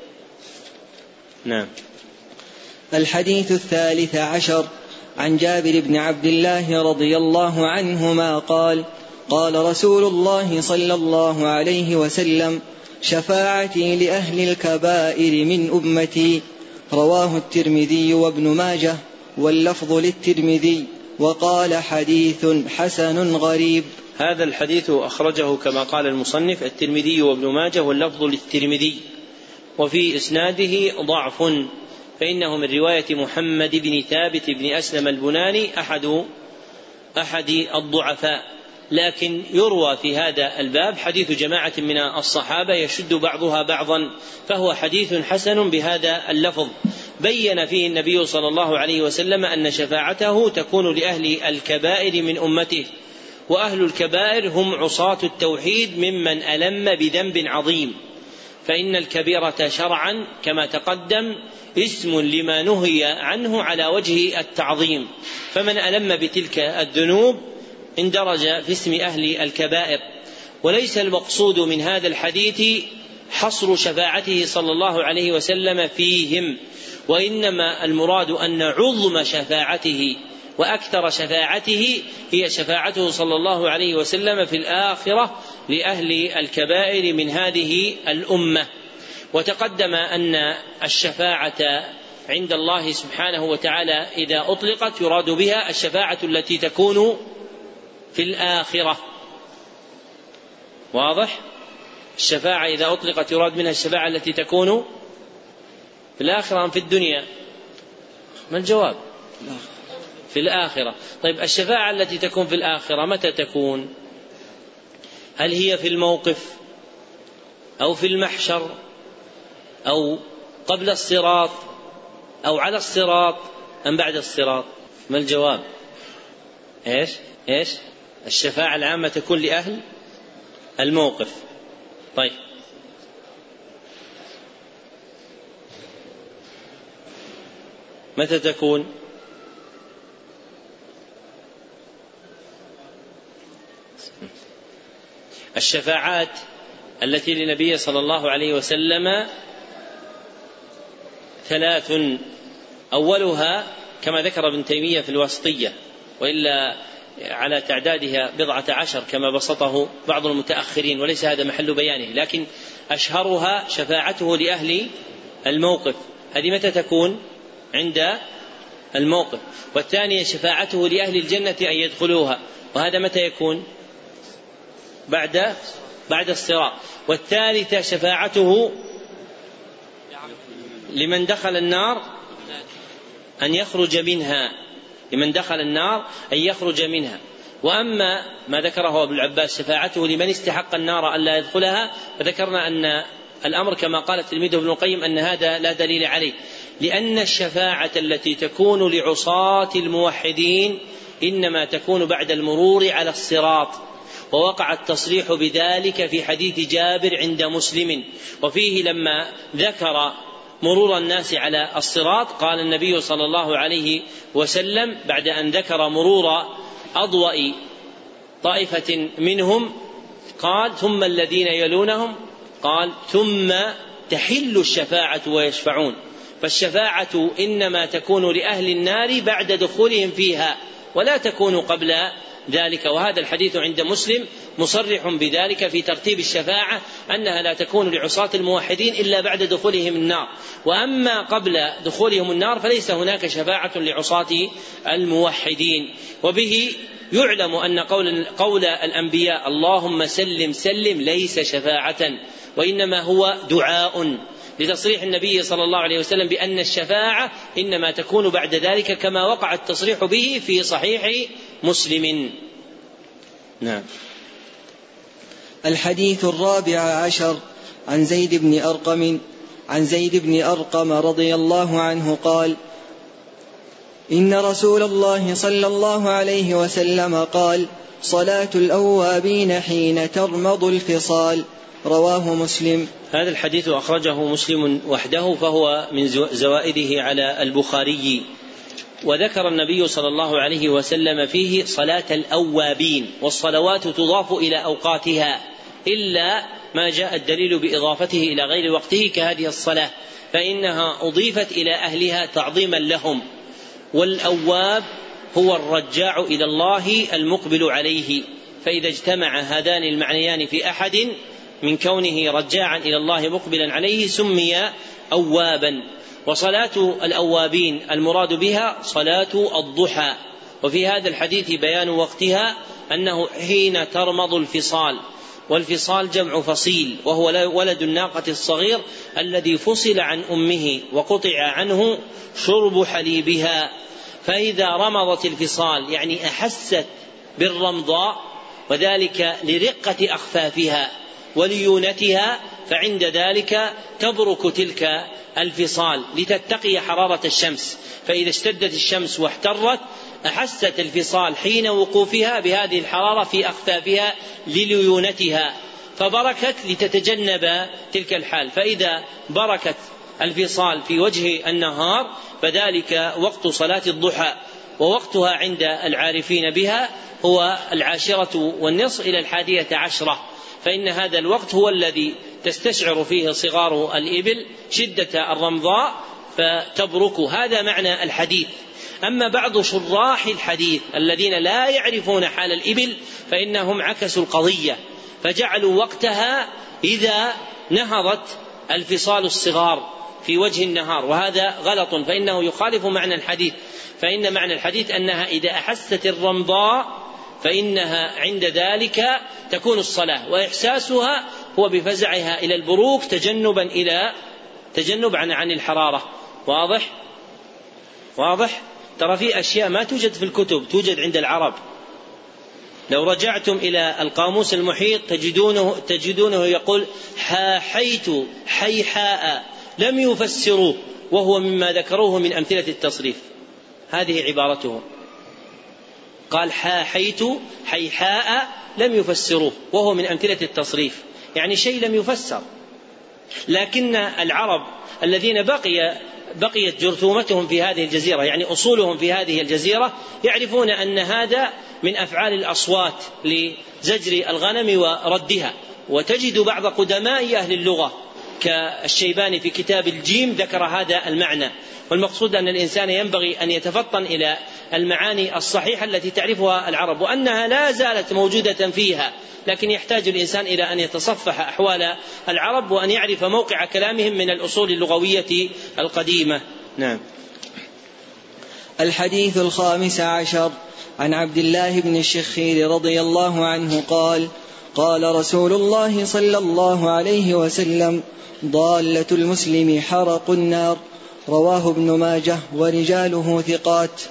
A: نعم.
B: الحديث الثالث عشر عن جابر بن عبد الله رضي الله عنهما قال قال رسول الله صلى الله عليه وسلم شفاعتي لأهل الكبائر من أمتي، رواه الترمذي وابن ماجه، واللفظ للترمذي، وقال حديث حسن غريب.
A: هذا الحديث أخرجه كما قال المصنف الترمذي وابن ماجه واللفظ للترمذي، وفي إسناده ضعف، فإنه من رواية محمد بن ثابت بن أسلم البناني أحد أحد الضعفاء، لكن يروى في هذا الباب حديث جماعة من الصحابة يشد بعضها بعضا، فهو حديث حسن بهذا اللفظ. بين فيه النبي صلى الله عليه وسلم أن شفاعته تكون لأهل الكبائر من أمته، وأهل الكبائر هم عصاة التوحيد ممن ألم بذنب عظيم، فإن الكبيرة شرعا كما تقدم اسم لما نهي عنه على وجه التعظيم، فمن ألم بتلك الذنوب اندرج في اسم أهل الكبائر. وليس المقصود من هذا الحديث حصر شفاعته صلى الله عليه وسلم فيهم، وإنما المراد أن عظم شفاعته وأكثر شفاعته هي شفاعته صلى الله عليه وسلم في الآخرة لأهل الكبائر من هذه الأمة. وتقدم أن الشفاعة عند الله سبحانه وتعالى إذا أطلقت يراد بها الشفاعة التي تكون في الآخرة. واضح؟ الشفاعة إذا أطلقت يراد منها الشفاعة التي تكون في الآخرة أم في الدنيا؟ ما الجواب؟ في الآخرة. طيب الشفاعة التي تكون في الآخرة متى تكون؟ هل هي في الموقف أو في المحشر أو قبل الصراط أو على الصراط أم بعد الصراط؟ ما الجواب؟ إيش؟ إيش؟ الشفاعة العامة تكون لأهل الموقف. طيب متى تكون؟ الشفاعات التي للنبي صلى الله عليه وسلم ثلاث، أولها كما ذكر ابن تيمية في الواسطية، وإلا على تعدادها بضعة عشر كما بسطه بعض المتأخرين، وليس هذا محل بيانه، لكن أشهرها شفاعته لأهل الموقف، هذه متى تكون؟ عند الموقف. والثانية شفاعته لأهل الجنة أن يدخلوها، وهذا متى يكون؟ بعد بعد الصراط. والثالثة شفاعته لمن دخل النار أن يخرج منها، لمن دخل النار أن يخرج منها. وأما ما ذكره ابن العباس شفاعته لمن استحق النار ألا يدخلها، فذكرنا أن الأمر كما قال تلميذه ابن القيم أن هذا لا دليل عليه، لأن الشفاعة التي تكون لعصاة الموحدين إنما تكون بعد المرور على الصراط، ووقع التصريح بذلك في حديث جابر عند مسلم، وفيه لما ذكر مرور الناس على الصراط قال النبي صلى الله عليه وسلم بعد أن ذكر مرور أضواء طائفة منهم قال ثم الذين يلونهم، قال ثم تحل الشفاعة ويشفعون. فالشفاعة إنما تكون لأهل النار بعد دخولهم فيها ولا تكون قبل ذلك، وهذا الحديث عند مسلم مصرح بذلك في ترتيب الشفاعة أنها لا تكون لعصاة الموحدين إلا بعد دخولهم النار، وأما قبل دخولهم النار فليس هناك شفاعة لعصاة الموحدين. وبه يعلم أن قول, قول الأنبياء اللهم سلم سلم ليس شفاعة، وإنما هو دعاء، لتصريح النبي صلى الله عليه وسلم بأن الشفاعة إنما تكون بعد ذلك كما وقع التصريح به في صحيح مسلم. نعم.
B: الحديث الرابع عشر عن زيد بن أرقم عن زيد بن أرقم رضي الله عنه قال: إن رسول الله صلى الله عليه وسلم قال: صلاة الأوابين حين ترمض الفصال. رواه مسلم.
A: هذا الحديث أخرجه مسلم وحده، فهو من زوائده على البخاري. وذكر النبي صلى الله عليه وسلم فيه صلاة الأوابين، والصلوات تضاف إلى أوقاتها إلا ما جاء الدليل بإضافته إلى غير وقته كهذه الصلاة، فإنها أضيفت إلى أهلها تعظيما لهم. والأواب هو الرجاع إلى الله المقبل عليه، فإذا اجتمع هذان المعنيان في أحد من كونه رجاعا إلى الله مقبلا عليه سمي أوابا. وصلاة الأوابين المراد بها صلاة الضحى، وفي هذا الحديث بيان وقتها أنه حين ترمض الفصال، والفصال جمع فصيل، وهو ولد الناقة الصغير الذي فصل عن أمه وقطع عنه شرب حليبها، فإذا رمضت الفصال يعني أحست بالرمضاء، وذلك لرقة أخفافها، وليونتها، فعند ذلك تبرك تلك الفصال لتتقي حرارة الشمس، فإذا اشتدت الشمس واحترت أحست الفصال حين وقوفها بهذه الحرارة في أخفافها لليونتها فبركت لتتجنب تلك الحال. فإذا بركت الفصال في وجه النهار فذلك وقت صلاة الضحى، ووقتها عند العارفين بها هو العاشرة والنصف إلى الحادية عشرة، فإن هذا الوقت هو الذي تستشعر فيه صغار الإبل شدة الرمضاء فتبرك. هذا معنى الحديث. أما بعض شراح الحديث الذين لا يعرفون حال الإبل فإنهم عكسوا القضية فجعلوا وقتها إذا نهضت الفصال الصغار في وجه النهار، وهذا غلط، فإنه يخالف معنى الحديث. فإن معنى الحديث أنها إذا أحست الرمضاء فإنها عند ذلك تكون الصلاة، وإحساسها هو بفزعها إلى البروك تجنبا إلى تجنب عن, عن الحرارة. واضح؟ واضح؟ ترى في أشياء ما توجد في الكتب توجد عند العرب. لو رجعتم إلى القاموس المحيط تجدونه, تجدونه يقول حاحيت حيحاء، لم يفسروه، وهو مما ذكروه من أمثلة التصريف. هذه عبارته، قال حاحيت حيحاء لم يفسروه، وهو من أمثلة التصريف، يعني شيء لم يفسر. لكن العرب الذين بقي بقيت جرثومتهم في هذه الجزيرة، يعني أصولهم في هذه الجزيرة، يعرفون أن هذا من أفعال الأصوات لزجر الغنم وردها. وتجد بعض قدماء أهل اللغة كالشيباني في كتاب الجيم ذكر هذا المعنى. والمقصود أن الإنسان ينبغي أن يتفطن إلى المعاني الصحيحة التي تعرفها العرب، وأنها لا زالت موجودة فيها، لكن يحتاج الإنسان إلى أن يتصفح أحوال العرب وأن يعرف موقع كلامهم من الأصول اللغوية القديمة. نعم.
B: الحديث الخامس عشر عن عبد الله بن الشخير رضي الله عنه قال: قال رسول الله صلى الله عليه وسلم: ضالة المسلم حرق النار. رواه ابن ماجه ورجاله ثقات.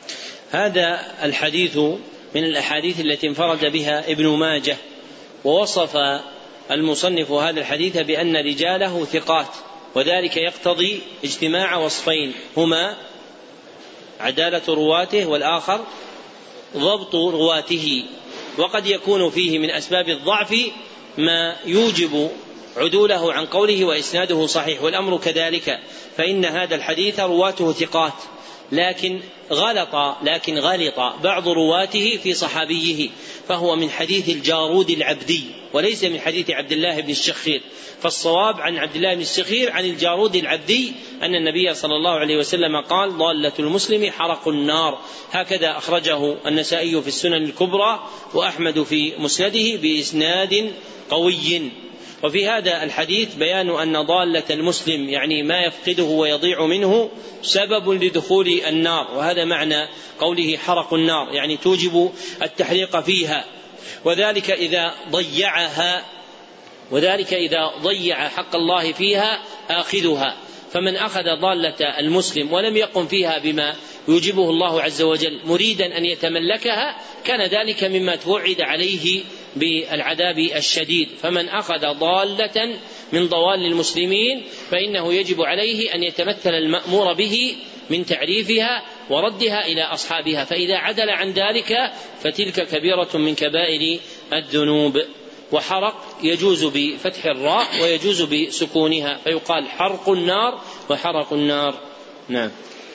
A: هذا الحديث من الأحاديث التي انفرد بها ابن ماجه، ووصف المصنف هذا الحديث بأن رجاله ثقات، وذلك يقتضي اجتماع وصفين، هما عدالة رواته والآخر ضبط رواته. وقد يكون فيه من أسباب الضعف ما يوجب عدوله عن قوله وإسناده صحيح، والأمر كذلك، فإن هذا الحديث رواته ثقات، لكن غلط لكن غلط بعض رواته في صحابيه، فهو من حديث الجارود العبدي وليس من حديث عبد الله بن الشخير. فالصواب عن عبد الله بن الشخير عن الجارود العبدي أن النبي صلى الله عليه وسلم قال: ضالة المسلم حرق النار. هكذا أخرجه النسائي في السنن الكبرى وأحمد في مسنده بإسناد قوي. وفي هذا الحديث بيان أن ضالة المسلم يعني ما يفقده ويضيع منه سبب لدخول النار، وهذا معنى قوله حرق النار، يعني توجب التحريق فيها، وذلك إذا ضيعها وذلك إذا ضيع حق الله فيها آخذها. فمن أخذ ضالة المسلم ولم يقم فيها بما يوجبه الله عز وجل مريدا أن يتملكها كان ذلك مما توعد عليه بالعذاب الشديد. فمن أخذ ضالة من ضوال المسلمين فإنه يجب عليه أن يتمثل المأمور به من تعريفها وردها إلى أصحابها، فإذا عدل عن ذلك فتلك كبيرة من كبائر الذنوب. وحرق يجوز بفتح الراء ويجوز بسكونها، فيقال حرق النار وحرق النار. نعم.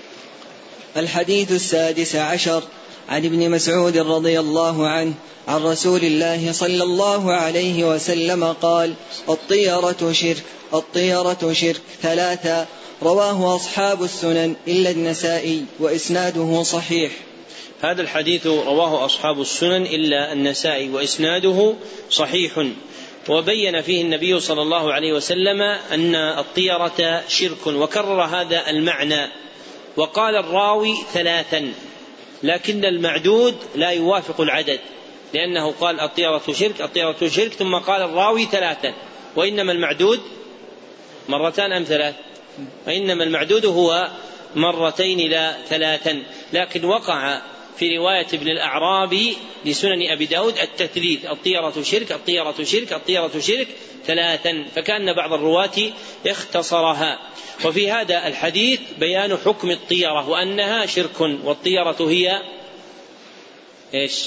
B: الحديث السادس عشر عن ابن مسعود رضي الله عنه عن رسول الله صلى الله عليه وسلم قال: الطيرة شرك الطيرة شرك ثلاثة. رواه أصحاب السنن إلا النسائي وإسناده صحيح.
A: هذا الحديث رواه أصحاب السنن إلا النسائي وإسناده صحيح. وبين فيه النبي صلى الله عليه وسلم أن الطيرة شرك، وكرر هذا المعنى، وقال الراوي ثلاثا، لكن المعدود لا يوافق العدد، لأنه قال الطيرة شرك الطيرة شرك ثم قال الراوي ثلاثا، وإنما المعدود مرتان أم ثلاث؟ وإنما المعدود هو مرتين لا ثلاثا. لكن وقع في رواية ابن الأعرابي لسنن أبي داود التثليث: الطيرة شرك، الطيرة شرك، الطيرة شرك ثلاثا، فكأن بعض الرواة اختصرها. وفي هذا الحديث بيان حكم الطيرة وأنها شرك، والطيرة هي إيش؟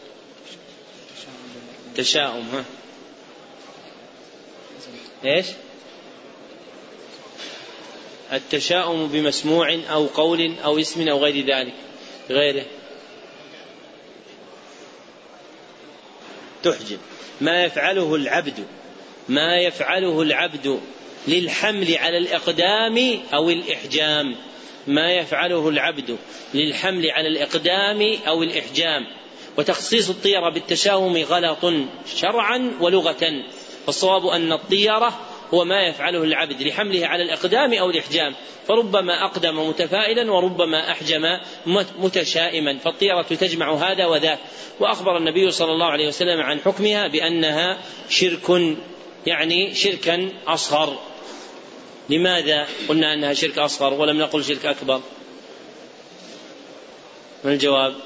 A: تشاؤم. ها إيش؟ التشاؤم بمسموع أو قول أو اسم أو غير ذلك. غيره تحجب. ما يفعله العبد ما يفعله العبد للحمل على الإقدام أو الإحجام ما يفعله العبد للحمل على الإقدام أو الإحجام. وتخصيص الطيرة بالتشاؤم غلط شرعا ولغة، فالصواب أن الطيرة هو ما يفعله العبد لحمله على الإقدام أو الإحجام، فربما أقدم متفائلا وربما أحجم متشائما، فالطيرة تجمع هذا وذاك. وأخبر النبي صلى الله عليه وسلم عن حكمها بأنها شرك، يعني شركا أصغر. لماذا قلنا أنها شرك أصغر ولم نقل شرك أكبر؟ ما الجواب؟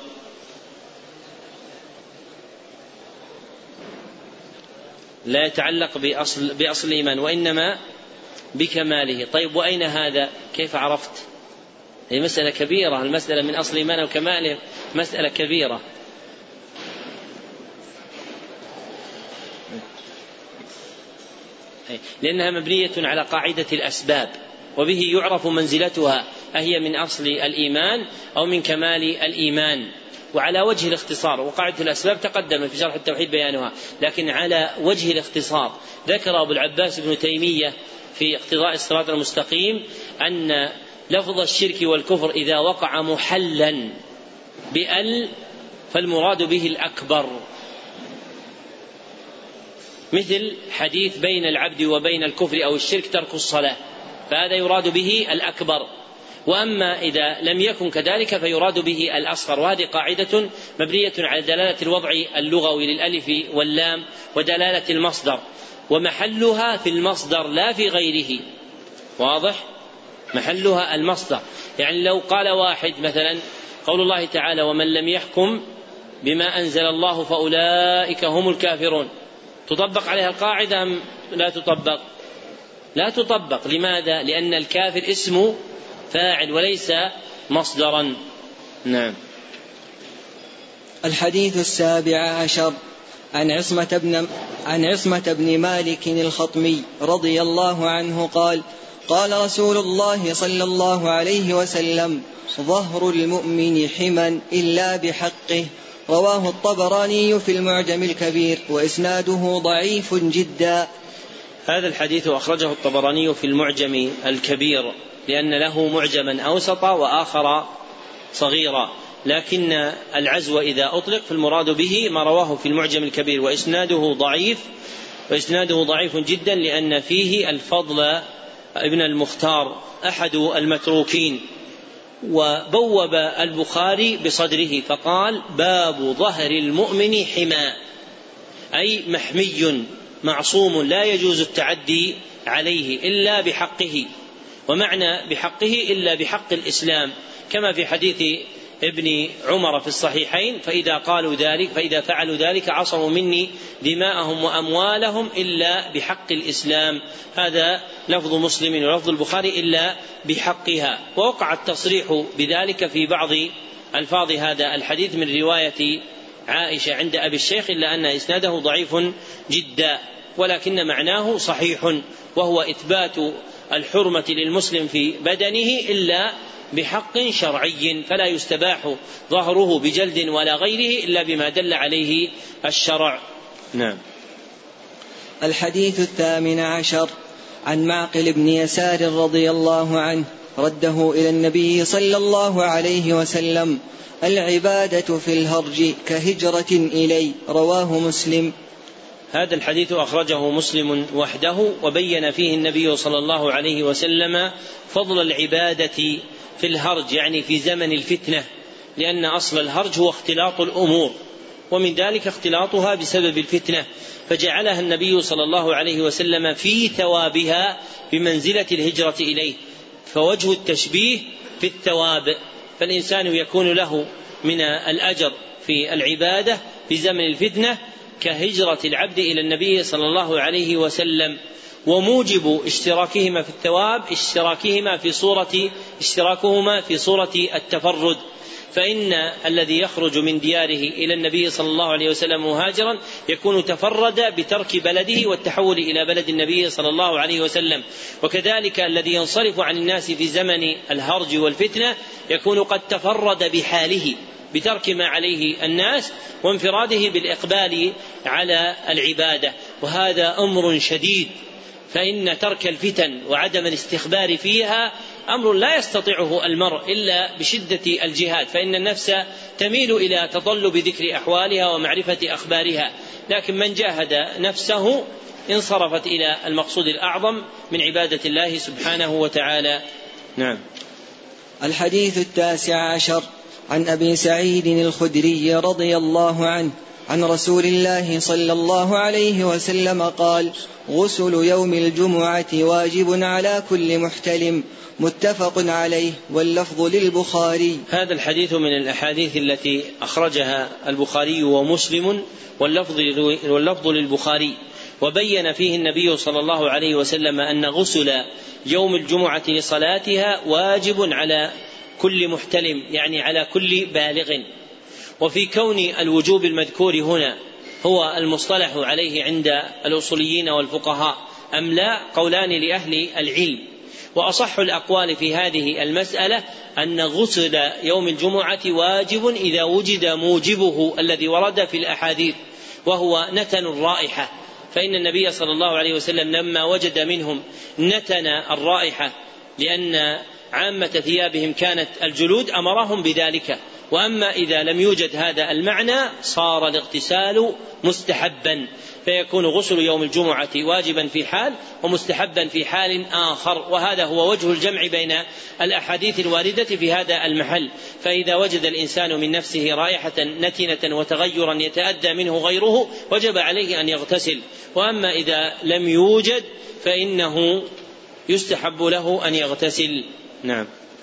A: لا يتعلق بأصل, بأصل الإيمان وإنما بكماله. طيب وأين هذا؟ كيف عرفت؟ هي مسألة كبيرة، المسألة من أصل الإيمان وكماله مسألة كبيرة. لأنها مبنية على قاعدة الأسباب، وبه يعرف منزلتها، أهي من أصل الإيمان أو من كمال الإيمان. وعلى وجه الاختصار، وقاعدة الأسباب تقدم في شرح التوحيد بيانها، لكن على وجه الاختصار ذكر أبو العباس ابن تيمية في اقتضاء الصراط المستقيم أن لفظ الشرك والكفر إذا وقع محلا بأل فالمراد به الأكبر، مثل حديث بين العبد وبين الكفر أو الشرك ترك الصلاة، فهذا يراد به الأكبر. وأما إذا لم يكن كذلك فيراد به الأصغر، وهذه قاعدة مبنية على دلالة الوضع اللغوي للألف واللام ودلالة المصدر، ومحلها في المصدر لا في غيره. واضح؟ محلها المصدر. يعني لو قال واحد مثلا قول الله تعالى: ومن لم يحكم بما أنزل الله فأولئك هم الكافرون، تطبق عليها القاعدة أم لا تطبق؟ لا تطبق. لماذا؟ لأن الكافر اسم فاعل وليس مصدرا. نعم.
B: الحديث السابع عشر عن عصمة بن, عن عصمة بن مالك الخطمي رضي الله عنه قال: قال رسول الله صلى الله عليه وسلم: ظهر المؤمن حما إلا بحقه. رواه الطبراني في المعجم الكبير وإسناده ضعيف جدا.
A: هذا الحديث أخرجه الطبراني في المعجم الكبير لأن له معجما أوسط وآخر صغيرا، لكن العزو إذا أطلق فالمراد به ما رواه في المعجم الكبير، وإسناده ضعيف وإسناده ضعيف جدا لأن فيه الفضل ابن المختار أحد المتروكين. وبوب البخاري بصدره فقال: باب ظهر المؤمن حما، أي محمي معصوم لا يجوز التعدي عليه إلا بحقه. ومعنى بحقه إلا بحق الإسلام، كما في حديث ابن عمر في الصحيحين: فإذا قالوا ذلك فإذا فعلوا ذلك عصموا مني دماءهم وأموالهم إلا بحق الإسلام. هذا لفظ مسلم ولفظ البخاري إلا بحقها. ووقع التصريح بذلك في بعض ألفاظ هذا الحديث من رواية عائشة عند أبي الشيخ، إلا أن إسناده ضعيف جدا، ولكن معناه صحيح، وهو إثبات الحرمة للمسلم في بدنه إلا بحق شرعي، فلا يستباح ظهره بجلد ولا غيره إلا بما دل عليه الشرع. نعم.
B: الحديث الثامن عشر عن معقل بن يسار رضي الله عنه رده إلى النبي صلى الله عليه وسلم: العبادة في الهرج كهجرة إلي. رواه مسلم.
A: هذا الحديث أخرجه مسلم وحده، وبين فيه النبي صلى الله عليه وسلم فضل العبادة في الهرج، يعني في زمن الفتنة، لأن أصل الهرج هو اختلاط الأمور، ومن ذلك اختلاطها بسبب الفتنة، فجعلها النبي صلى الله عليه وسلم في ثوابها بمنزلة الهجرة إليه. فوجه التشبيه في الثواب، فالإنسان يكون له من الأجر في العبادة في زمن الفتنة كهجرة العبد إلى النبي صلى الله عليه وسلم. وموجب اشتراكهما في الثواب اشتراكهما في صورة اشتراكهما في صورة التفرد، فإن الذي يخرج من دياره إلى النبي صلى الله عليه وسلم مهاجرا يكون تفرد بترك بلده والتحول إلى بلد النبي صلى الله عليه وسلم، وكذلك الذي ينصرف عن الناس في زمن الهرج والفتنة يكون قد تفرد بحاله بترك ما عليه الناس وانفراده بالإقبال على العبادة، وهذا أمر شديد، فإن ترك الفتن وعدم الاستخبار فيها أمر لا يستطيعه المرء إلا بشدة الجهاد، فإن النفس تميل إلى تطلب ذكر أحوالها ومعرفة أخبارها، لكن من جاهد نفسه انصرفت إلى المقصود الأعظم من عبادة الله سبحانه وتعالى. نعم.
B: الحديث التاسع عشر عن أبي سعيد الخدري رضي الله عنه عن رسول الله صلى الله عليه وسلم قال: غسل يوم الجمعة واجب على كل محتلم، متفق عليه، واللفظ للبخاري.
A: هذا الحديث من الأحاديث التي أخرجها البخاري ومسلم واللفظ للبخاري، وبين فيه النبي صلى الله عليه وسلم أن غسل يوم الجمعة لصلاتها واجب على كل محتلم، يعني على كل بالغ. وفي كون الوجوب المذكور هنا هو المصطلح عليه عند الأصوليين والفقهاء أم لا قولان لأهل العلم، وأصح الأقوال في هذه المسألة أن غسل يوم الجمعة واجب إذا وجد موجبه الذي ورد في الأحاديث، وهو نتن الرائحة، فإن النبي صلى الله عليه وسلم لما وجد منهم نتن الرائحة لأن عامة ثيابهم كانت الجلود أمرهم بذلك. وأما إذا لم يوجد هذا المعنى صار الاغتسال مستحبا، فيكون غسل يوم الجمعة واجبا في حال ومستحبا في حال آخر، وهذا هو وجه الجمع بين الأحاديث الواردة في هذا المحل. فإذا وجد الإنسان من نفسه رائحة نتنة وتغيرا يتأذى منه غيره وجب عليه أن يغتسل، وأما إذا لم يوجد فإنه يستحب له أن يغتسل. نعم.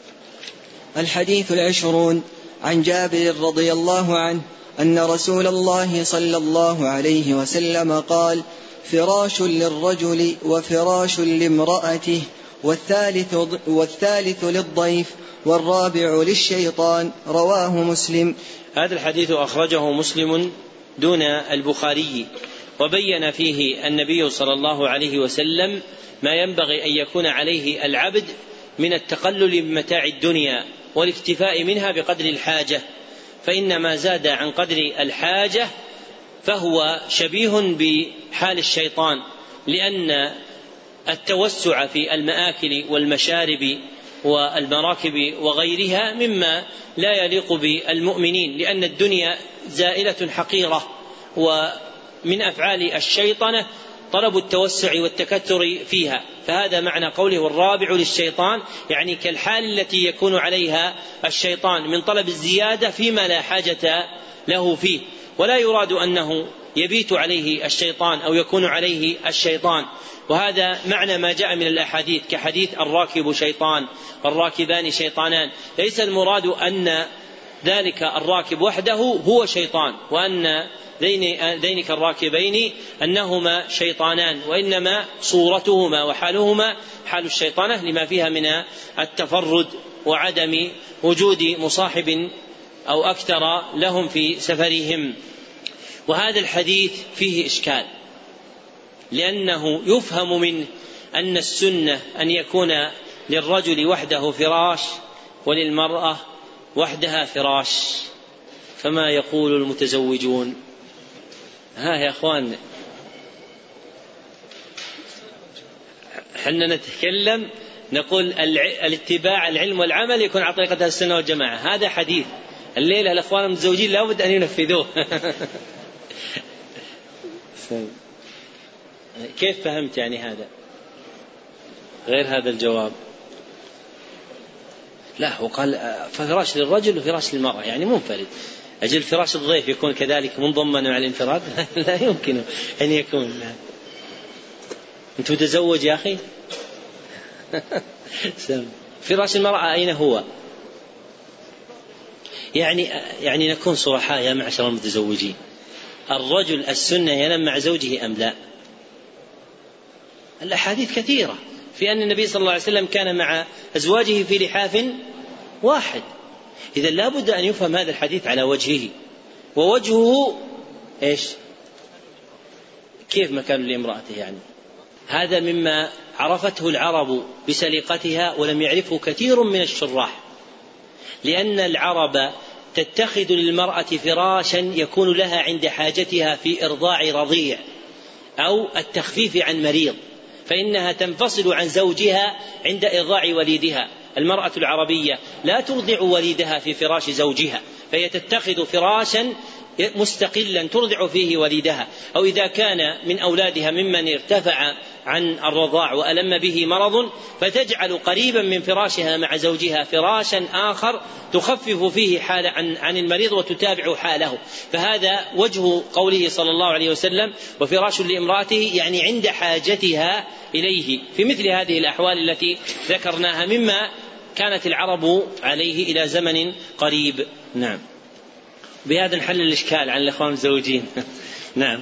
B: الحديث العشرون عن جابر رضي الله عنه أن رسول الله صلى الله عليه وسلم قال: فراش للرجل وفراش لامرأته، والثالث, والثالث للضيف، والرابع للشيطان. رواه مسلم.
A: هذا الحديث أخرجه مسلم دون البخاري، وبين فيه النبي صلى الله عليه وسلم ما ينبغي أن يكون عليه العبد من التقلل بمتاع الدنيا والاكتفاء منها بقدر الحاجة، فإن ما زاد عن قدر الحاجة فهو شبيه بحال الشيطان، لأن التوسع في المآكل والمشارب والمراكب وغيرها مما لا يليق بالمؤمنين، لأن الدنيا زائلة حقيرة، ومن أفعال الشيطنة طلب التوسع والتكثر فيها، فهذا معنى قوله والرابع للشيطان، يعني كالحال التي يكون عليها الشيطان من طلب الزيادة فيما لا حاجة له فيه، ولا يراد أنه يبيت عليه الشيطان أو يكون عليه الشيطان. وهذا معنى ما جاء من الأحاديث كحديث الراكب شيطان والراكبان شيطانان، ليس المراد أن ذلك الراكب وحده هو شيطان وأن ذينك الراكبين أنهما شيطانان، وإنما صورتهما وحالهما حال الشيطانة لما فيها من التفرد وعدم وجود مصاحب أو أكثر لهم في سفرهم. وهذا الحديث فيه إشكال، لأنه يفهم منه أن السنة أن يكون للرجل وحده فراش وللمرأة وحدها فراش، فما يقول المتزوجون؟ ها يا أخوان، حنا نتكلم نقول الاتباع العلم والعمل يكون على طريقة السنة والجماعة، هذا حديث الليلة الأخوان المتزوجين لابد أن ينفذوه. كيف فهمت يعني هذا غير هذا الجواب؟ لا، وقال فراش للرجل وفراش للمرأة يعني منفرد، أجل فراش الضيف يكون كذلك منضمن على الانفراد؟ لا يمكن أن يكون. أنت متزوج يا أخي؟ فراش المرأة أين هو؟ يعني يعني نكون صرحاء يا معشر المتزوجين، الرجل السنة ينام مع زوجه أم لا؟ الأحاديث كثيرة في أن النبي صلى الله عليه وسلم كان مع أزواجه في لحاف واحد. إذا لا بد أن يفهم هذا الحديث على وجهه، ووجهه إيش؟ كيف مكان لامرأته؟ يعني هذا مما عرفته العرب بسليقتها ولم يعرفه كثير من الشراح، لأن العرب تتخذ للمرأة فراشا يكون لها عند حاجتها في إرضاع رضيع أو التخفيف عن مريض، فإنها تنفصل عن زوجها عند إرضاع وليدها. المرأة العربية لا ترضع وليدها في فراش زوجها، فهي تتخذ فراشا مستقلا ترضع فيه وليدها، أو إذا كان من أولادها ممن ارتفع عن الرضاع وألم به مرض فتجعل قريبا من فراشها مع زوجها فراشا آخر تخفف فيه حال عن, عن المريض وتتابع حاله. فهذا وجه قوله صلى الله عليه وسلم وفراش لامرأته، يعني عند حاجتها إليه في مثل هذه الأحوال التي ذكرناها مما كانت العرب عليه إلى زمن قريب. نعم. بهذا نحل الإشكال عن الإخوان الزوجين. نعم.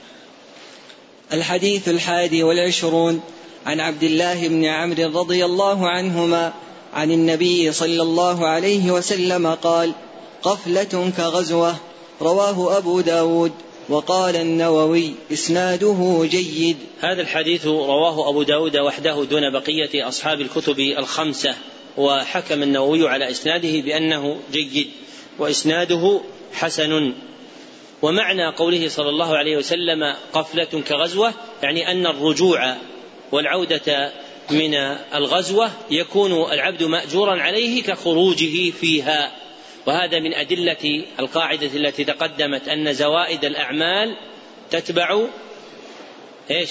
B: الحديث الحادي والعشرون عن عبد الله بن عمرو رضي الله عنهما عن النبي صلى الله عليه وسلم قال: قفلة كغزوة. رواه أبو داود. وقال النووي: إسناده جيد.
A: هذا الحديث رواه أبو داود وحده دون بقية أصحاب الكتب الخمسة، وحكم النووي على إسناده بأنه جيد وإسناده حسن. ومعنى قوله صلى الله عليه وسلم قفلة كغزوة يعني أن الرجوع والعودة من الغزوة يكون العبد مأجورا عليه كخروجه فيها. وهذا من أدلة القاعدة التي تقدمت أن زوائد الأعمال تتبع إيش؟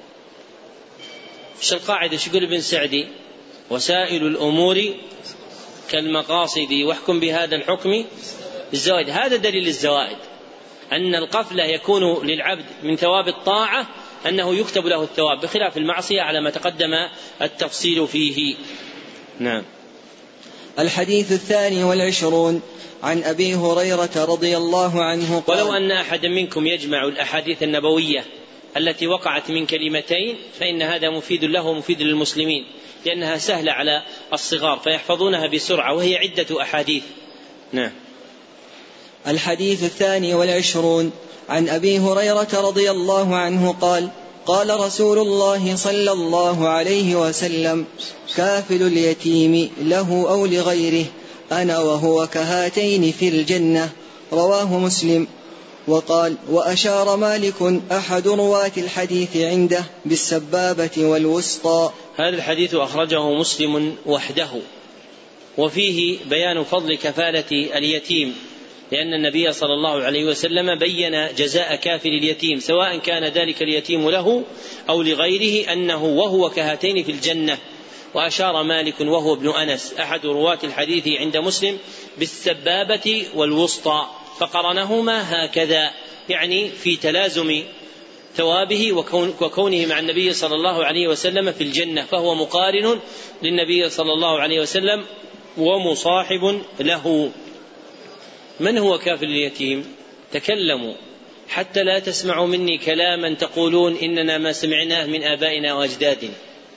A: إيش القاعدة؟ شو يقول ابن سعدي؟ وسائل الأمور كالمقاصد واحكم بهذا الحكم الزوائد. هذا دليل الزوائد، أن القفلة يكون للعبد من ثواب الطاعة أنه يكتب له الثواب، بخلاف المعصية على ما تقدم التفصيل فيه. نعم.
B: الحديث الثاني والعشرون عن أبي هريرة رضي الله عنه قال:
A: ولو أن أحدا منكم يجمع الأحاديث النبوية التي وقعت من كلمتين فإن هذا مفيد له ومفيد للمسلمين، لأنها سهلة على الصغار فيحفظونها بسرعة، وهي عدة أحاديث. نعم.
B: الحديث الثاني والعشرون عن أبي هريرة رضي الله عنه قال: قال رسول الله صلى الله عليه وسلم: كافل اليتيم له أو لغيره أنا وهو كهاتين في الجنة. رواه مسلم. وقال: وأشار مالك أحد رواة الحديث عنده بالسبابة والوسطى.
A: هذا الحديث أخرجه مسلم وحده، وفيه بيان فضل كفالة اليتيم، لأن النبي صلى الله عليه وسلم بين جزاء كافل اليتيم سواء كان ذلك اليتيم له أو لغيره أنه وهو كهاتين في الجنة. وأشار مالك وهو ابن أنس أحد رواة الحديث عند مسلم بالسبابة والوسطى، فقرنهما هكذا، يعني في تلازم ثوابه وكونه مع النبي صلى الله عليه وسلم في الجنة، فهو مقارن للنبي صلى الله عليه وسلم ومصاحب له. من هو كافل اليتيم؟ تكلموا حتى لا تسمعوا مني كلاما تقولون إننا ما سمعناه من آبائنا وأجدادنا،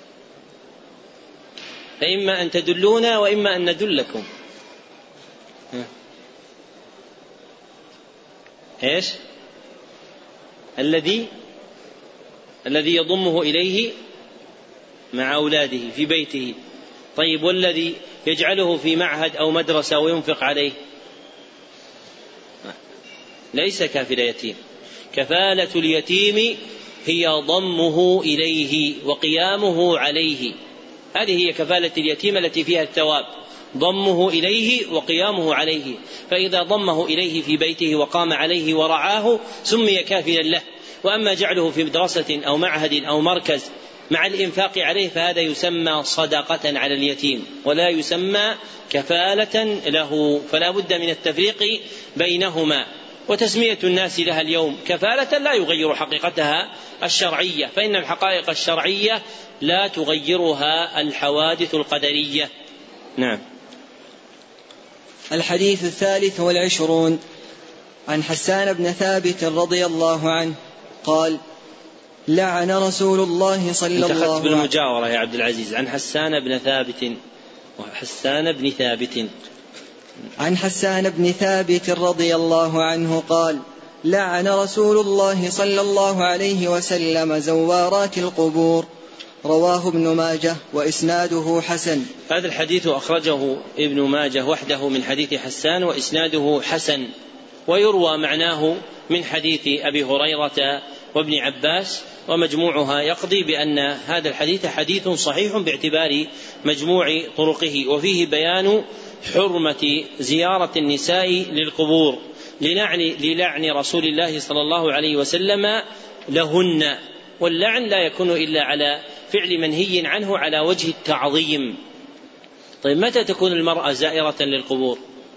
A: فإما أن تدلونا وإما أن ندلكم. إيش؟ الذي الذي يضمه إليه مع أولاده في بيته. طيب، والذي يجعله في معهد أو مدرسة وينفق عليه ليس كافل يتيم. كفالة اليتيم هي ضمه إليه وقيامه عليه، هذه هي كفالة اليتيم التي فيها الثواب، ضمه إليه وقيامه عليه. فإذا ضمه إليه في بيته وقام عليه ورعاه سمي كافلا له. وأما جعله في مدرسة أو معهد أو مركز مع الإنفاق عليه فهذا يسمى صدقة على اليتيم ولا يسمى كفالة له، فلا بد من التفريق بينهما. وتسمية الناس لها اليوم كفالة لا يغير حقيقتها الشرعية، فإن الحقائق الشرعية لا تغيرها الحوادث القدرية. نعم.
B: الحديث الثالث والعشرون عن حسان بن ثابت رضي الله عنه قال لعن رسول الله صلى الله عليه وسلم.
A: انت بالمجاورة يا عبد العزيز. عن حسان بن ثابت وحسان بن ثابت
B: عن حسان بن ثابت رضي الله عنه قال لعن رسول الله صلى الله عليه وسلم زوارات القبور. رواه ابن ماجه وإسناده حسن.
A: هذا الحديث أخرجه ابن ماجه وحده من حديث حسان وإسناده حسن، ويروى معناه من حديث أبي هريرة وابن عباس، ومجموعها يقضي بأن هذا الحديث حديث صحيح باعتبار مجموع طرقه، وفيه بيان حرمة زيارة النساء للقبور للعن, للعن رسول الله صلى الله عليه وسلم لهن، واللعن لا يكون إلا على فعل منهي عنه على وجه التعظيم. طيب متى تكون المرأة زائرة للقبور؟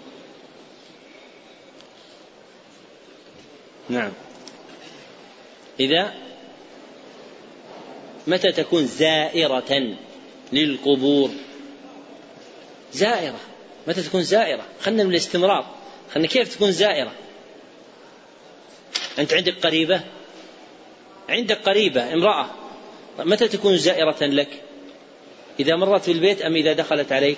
A: نعم، إذا متى تكون زائرة للقبور؟ زائرة متى تكون زائرة؟ خلنا من الاستمرار، خلنا كيف تكون زائرة؟ أنت عندك قريبة، عندك قريبة امرأة، متى تكون زائرة لك؟ إذا مرت في البيت أم إذا دخلت عليك؟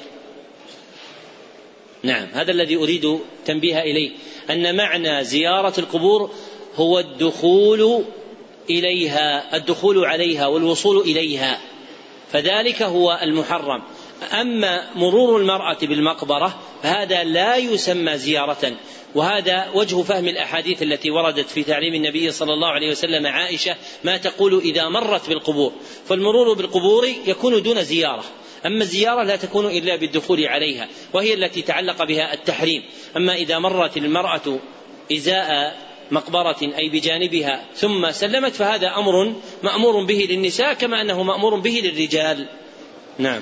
A: نعم، هذا الذي أريد تنبيه إليه، أن معنى زيارة القبور هو الدخول إليها، الدخول عليها والوصول إليها، فذلك هو المحرم. أما مرور المرأة بالمقبرة هذا لا يسمى زيارة، وهذا وجه فهم الأحاديث التي وردت في تعليم النبي صلى الله عليه وسلم عائشة ما تقول إذا مرت بالقبور، فالمرور بالقبور يكون دون زيارة، أما الزيارة لا تكون إلا بالدخول عليها، وهي التي تعلق بها التحريم. أما إذا مرت المرأة إزاء مقبرة أي بجانبها ثم سلمت فهذا أمر مأمور به للنساء كما أنه مأمور به للرجال. نعم.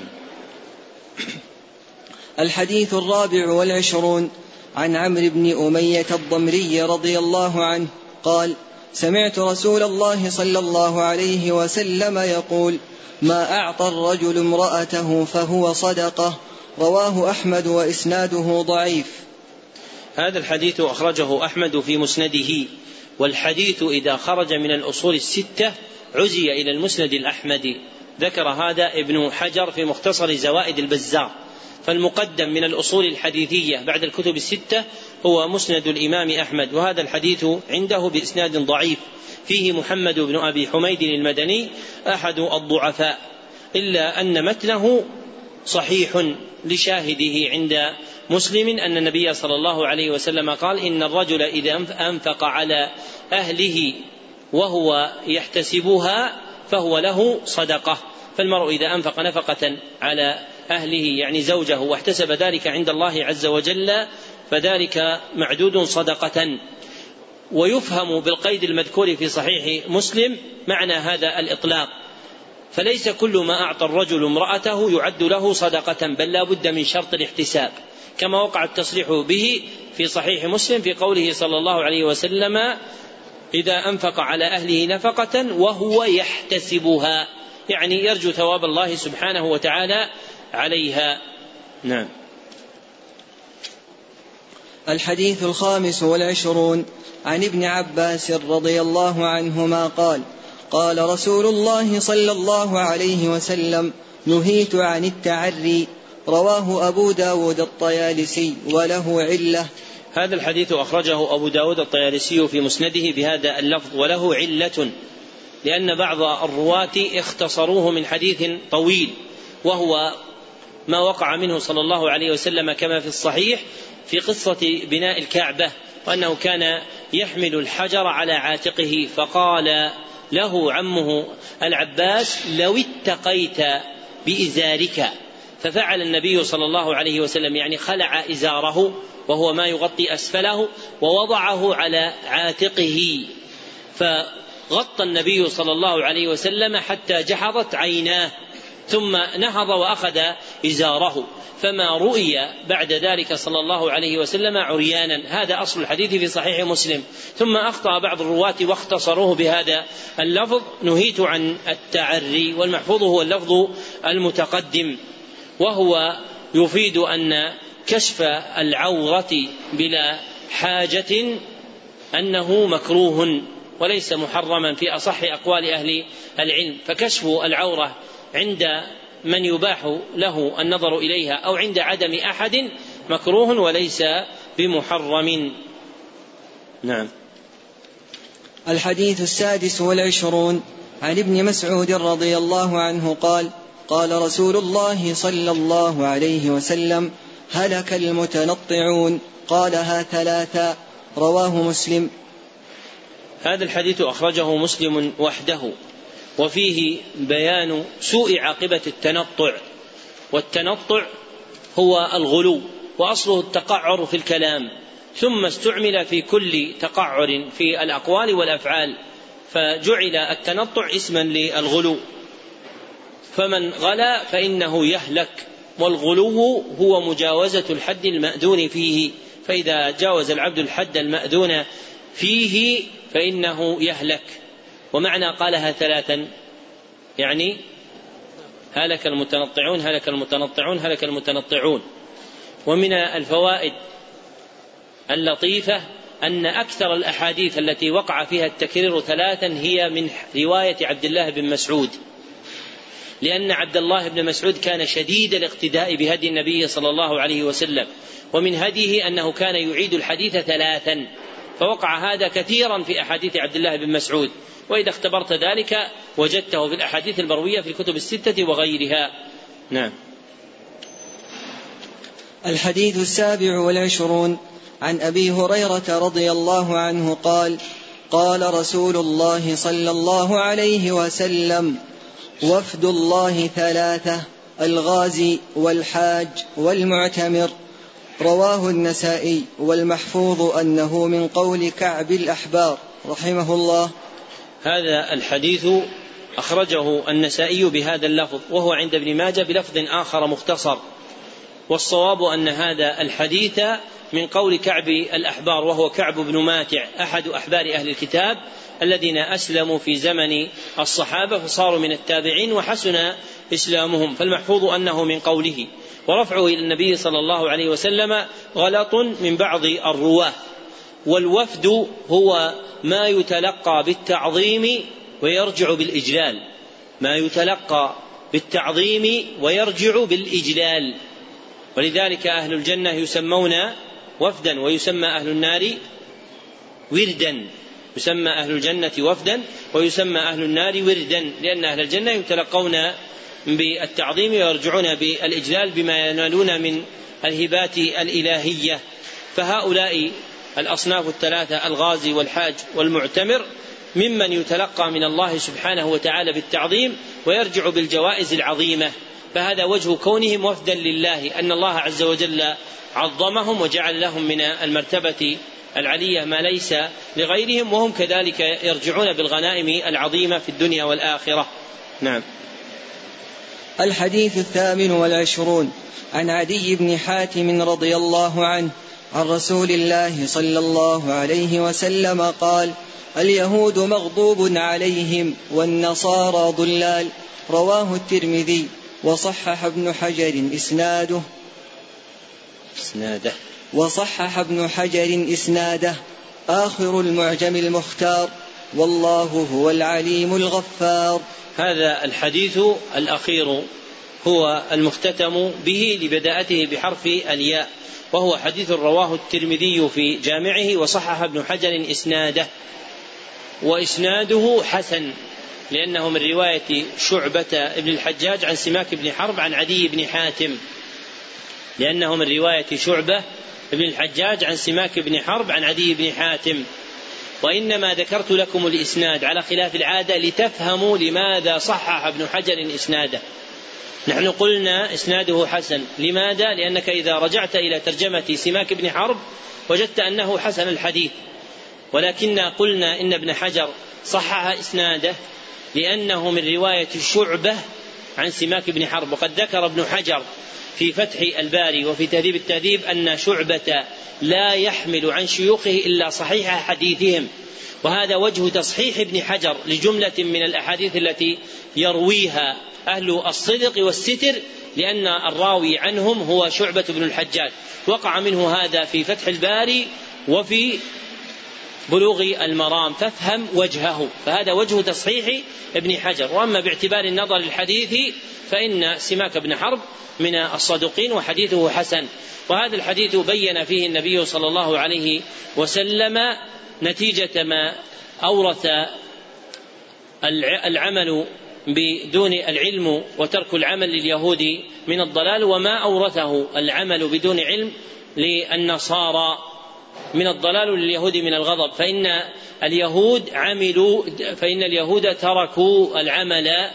B: الحديث الرابع والعشرون عن عمرو بن أمية الضمري رضي الله عنه قال سمعت رسول الله صلى الله عليه وسلم يقول ما أعطى الرجل امرأته فهو صدقة. رواه أحمد وإسناده ضعيف.
A: هذا الحديث أخرجه أحمد في مسنده، والحديث إذا خرج من الأصول الستة عزي إلى المسند الأحمدي. ذكر هذا ابن حجر في مختصر زوائد البزار، فالمقدم من الأصول الحديثية بعد الكتب الستة هو مسند الإمام أحمد، وهذا الحديث عنده بإسناد ضعيف فيه محمد بن أبي حميد المدني أحد الضعفاء، إلا أن متنه صحيح لشاهده عند مسلم أن النبي صلى الله عليه وسلم قال إن الرجل إذا أنفق على أهله وهو يحتسبها فهو له صدقة. فالمرء إذا أنفق نفقة على أهله يعني زوجه واحتسب ذلك عند الله عز وجل فذلك معدود صدقة. ويفهم بالقيد المذكور في صحيح مسلم معنى هذا الإطلاق، فليس كل ما أعطى الرجل امرأته يعد له صدقة، بل لا بد من شرط الاحتساب، كما وقع التصريح به في صحيح مسلم في قوله صلى الله عليه وسلم إذا أنفق على أهله نفقة وهو يحتسبها، يعني يرجو ثواب الله سبحانه وتعالى عليها. نعم.
B: الحديث الخامس والعشرون عن ابن عباس رضي الله عنهما قال قال رسول الله صلى الله عليه وسلم نهيت عن التعري. رواه أبو داود الطيالسي وله علة.
A: هذا الحديث أخرجه أبو داود الطيالسي في مسنده بهذا اللفظ وله علة، لأن بعض الرواة اختصروه من حديث طويل، وهو ما وقع منه صلى الله عليه وسلم كما في الصحيح في قصة بناء الكعبة، وأنه كان يحمل الحجر على عاتقه فقال له عمه العباس لو اتقيت بإزارك، ففعل النبي صلى الله عليه وسلم يعني خلع إزاره وهو ما يغطي أسفله ووضعه على عاتقه، فغطى النبي صلى الله عليه وسلم حتى جحظت عيناه ثم نهض وأخذ إزاره، فما رؤي بعد ذلك صلى الله عليه وسلم عريانا. هذا أصل الحديث في صحيح مسلم. ثم أخطأ بعض الرواة واختصروه بهذا اللفظ نهيت عن التعري، والمحفوظ هو اللفظ المتقدم، وهو يفيد أن كشف العورة بلا حاجة أنه مكروه وليس محرما في أصح أقوال أهل العلم، فكشف العورة عند من يباح له النظر إليها أو عند عدم أحد مكروه وليس بمحرم. نعم.
B: الحديث السادس والعشرون عن ابن مسعود رضي الله عنه قال: قال رسول الله صلى الله عليه وسلم: هلك المتنطعون، قالها ثلاثا، رواه مسلم.
A: هذا الحديث أخرجه مسلم وحده، وفيه بيان سوء عاقبة التنطع، والتنطع هو الغلو، وأصله التقعر في الكلام، ثم استعمل في كل تقعر في الأقوال والأفعال، فجعل التنطع اسما للغلو، فمن غلا فإنه يهلك، والغلو هو مجاوزة الحد المأذون فيه، فإذا جاوز العبد الحد المأذون فيه فإنه يهلك. ومعنى قالها ثلاثا يعني هلك المتنطعون هلك المتنطعون هلك المتنطعون. ومن الفوائد اللطيفة أن أكثر الأحاديث التي وقع فيها التكرير ثلاثا هي من رواية عبد الله بن مسعود، لأن عبد الله بن مسعود كان شديد الاقتداء بهدي النبي صلى الله عليه وسلم، ومن هديه أنه كان يعيد الحديث ثلاثا، فوقع هذا كثيرا في أحاديث عبد الله بن مسعود، وإذا اختبرت ذلك وجدته في الأحاديث المروية في الكتب الستة وغيرها. نعم.
B: الحديث السابع والعشرون عن أبي هريرة رضي الله عنه قال: قال رسول الله صلى الله عليه وسلم: وفد الله ثلاثة، الغازي والحاج والمعتمر، رواه النسائي، والمحفوظ أنه من قول كعب الأحبار رحمه الله.
A: هذا الحديث أخرجه النسائي بهذا اللفظ، وهو عند ابن ماجه بلفظ آخر مختصر، والصواب أن هذا الحديث من قول كعب الأحبار، وهو كعب بن ماتع أحد أحبار أهل الكتاب الذين أسلموا في زمن الصحابة فصاروا من التابعين وحسن إسلامهم، فالمحفوظ أنه من قوله، ورفعه إلى النبي صلى الله عليه وسلم غلط من بعض الرواه. والوفد هو ما يتلقى بالتعظيم ويرجع بالإجلال، ما يتلقى بالتعظيم ويرجع بالإجلال، ولذلك أهل الجنة يسمون وفدا ويسمى أهل النار وردا، يسمى أهل الجنة وفدا ويسمى أهل النار وردا، لأن أهل الجنة يتلقون بالتعظيم ويرجعون بالإجلال بما ينالون من الهبات الإلهية. فهؤلاء الأصناف الثلاثة الغازي والحاج والمعتمر ممن يتلقى من الله سبحانه وتعالى بالتعظيم ويرجع بالجوائز العظيمة، فهذا وجه كونهم وفدا لله، أن الله عز وجل عظمهم وجعل لهم من المرتبة العلية ما ليس لغيرهم، وهم كذلك يرجعون بالغنائم العظيمة في الدنيا والآخرة. نعم.
B: الحديث الثامن والعشرون عن عدي بن حاتم رضي الله عنه عن رسول الله صلى الله عليه وسلم قال: اليهود مغضوب عليهم والنصارى ضلال، رواه الترمذي، وصحح ابن حجر إسناده
A: إسناده
B: وصحح ابن حجر إسناده آخر المعجم المختار، والله هو العليم الغفار.
A: هذا الحديث الأخير هو المختتم به لبداءته بحرف الياء، وهو حديث رواه الترمذي في جامعه، وصحح ابن حجر إسناده، وإسناده حسن لأنه من رواية شعبة ابن الحجاج عن سماك بن حرب عن عدي بن حاتم، لأنه من رواية شعبة ابن الحجاج عن سماك بن حرب عن عدي بن حاتم. وإنما ذكرت لكم الإسناد على خلاف العادة لتفهموا لماذا صحح ابن حجر إسناده. نحن قلنا إسناده حسن، لماذا؟ لأنك إذا رجعت إلى ترجمة سماك بن حرب وجدت أنه حسن الحديث، ولكن قلنا إن ابن حجر صحح إسناده لأنه من رواية شعبة عن سماك بن حرب. وقد ذكر ابن حجر في فتح الباري وفي تهذيب التهذيب أن شعبة لا يحمل عن شيوخه إلا صحيح حديثهم، وهذا وجه تصحيح ابن حجر لجملة من الأحاديث التي يرويها أهل الصدق والستر، لأن الراوي عنهم هو شعبة بن الحجاج، وقع منه هذا في فتح الباري وفي بلوغ المرام، فافهم وجهه، فهذا وجه تصحيح ابن حجر. وأما باعتبار النظر للحديث فإن سماك بن حرب من الصدوقين وحديثه حسن، وهذا الحديث بين فيه النبي صلى الله عليه وسلم نتيجة ما أورث العمل بدون العلم وترك العمل لليهود من الضلال، وما أورثه العمل بدون علم للنصارى من الضلال لليهود من الغضب. فإن اليهود عملوا فإن اليهود تركوا العمل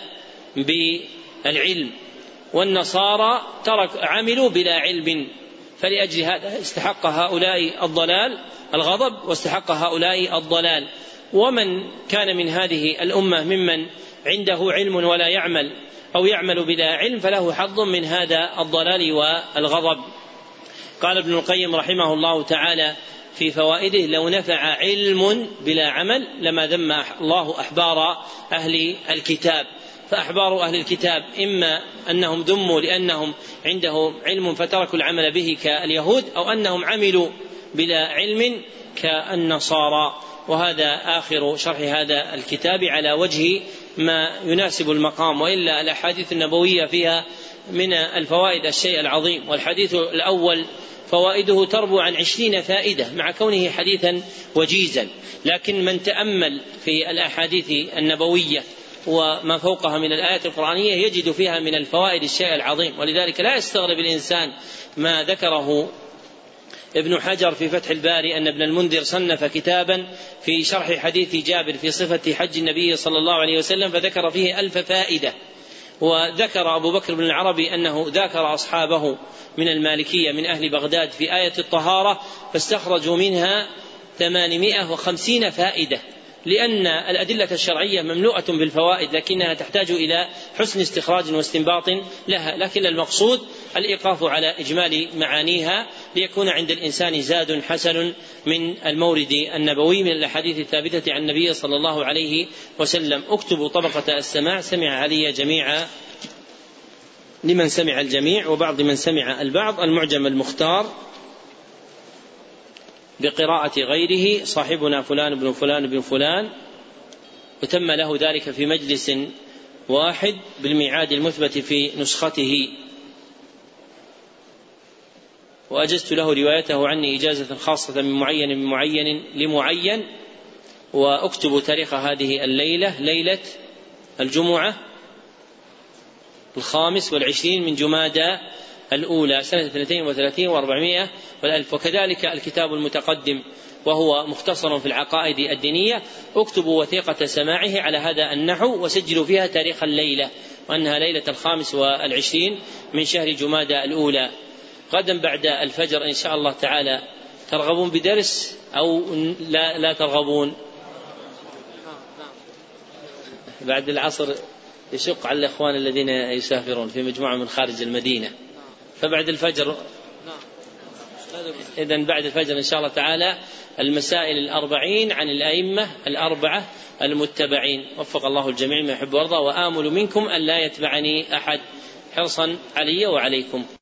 A: بالعلم، والنصارى ترك عملوا بلا علم، فلأجل هذا استحق هؤلاء الضلال الغضب واستحق هؤلاء الضلال. ومن كان من هذه الأمة ممن عنده علم ولا يعمل أو يعمل بلا علم فله حظ من هذا الضلال والغضب. قال ابن القيم رحمه الله تعالى في فوائده: لو نفع علم بلا عمل لما ذم الله أحبار أهل الكتاب. فأحبار أهل الكتاب إما أنهم ذموا لأنهم عندهم علم فتركوا العمل به كاليهود، أو أنهم عملوا بلا علم كالنصارى. وهذا آخر شرح هذا الكتاب على وجه ما يناسب المقام، وإلا الأحاديث النبوية فيها من الفوائد الشيء العظيم. والحديث الأول فوائده تربو عن عشرين فائدة مع كونه حديثا وجيزا، لكن من تأمل في الأحاديث النبوية وما فوقها من الآيات القرآنية يجد فيها من الفوائد الشيء العظيم. ولذلك لا يستغرب الإنسان ما ذكره ابن حجر في فتح الباري أن ابن المنذر صنف كتابا في شرح حديث جابر في صفة حج النبي صلى الله عليه وسلم فذكر فيه ألف فائدة. وذكر أبو بكر بن العربي أنه ذاكر أصحابه من المالكية من أهل بغداد في آية الطهارة فاستخرجوا منها ثمانمائة وخمسين فائدة، لأن الأدلة الشرعية مملوءة بالفوائد لكنها تحتاج إلى حسن استخراج واستنباط لها، لكن المقصود الإيقاف على إجمال معانيها ليكون عند الإنسان زاد حسن من المورد النبوي من الأحاديث الثابتة عن النبي صلى الله عليه وسلم. اكتبوا طبقة السماع سمع علي جميعا لمن سمع الجميع وبعض من سمع البعض. المعجم المختار بقراءة غيره صاحبنا فلان بن فلان بن فلان، وتم له ذلك في مجلس واحد بالميعاد المثبت في نسخته، وأجزت له روايته عني إجازة خاصة من معين من معين لمعين. وأكتب تاريخ هذه الليلة ليلة الجمعة الخامس والعشرين من جمادى الأولى سنة اثنتين وثلاثين وأربعمائة والألف. وكذلك الكتاب المتقدم وهو مختصر في العقائد الدينية، اكتبوا وثيقة سماعه على هذا النحو وسجلوا فيها تاريخ الليلة وأنها ليلة الخامس والعشرين من شهر جمادى الأولى. غدا بعد الفجر إن شاء الله تعالى ترغبون بدرس أو لا, لا ترغبون؟ بعد العصر يشق على الإخوان الذين يسافرون في مجموعة من خارج المدينة، فبعد الفجر إذن بعد الفجر إن شاء الله تعالى المسائل الأربعين عن الأئمة الأربعة المتبعين. وفق الله الجميع ما يحب ويرضى، وآمل منكم أن لا يتبعني أحد حرصا علي وعليكم.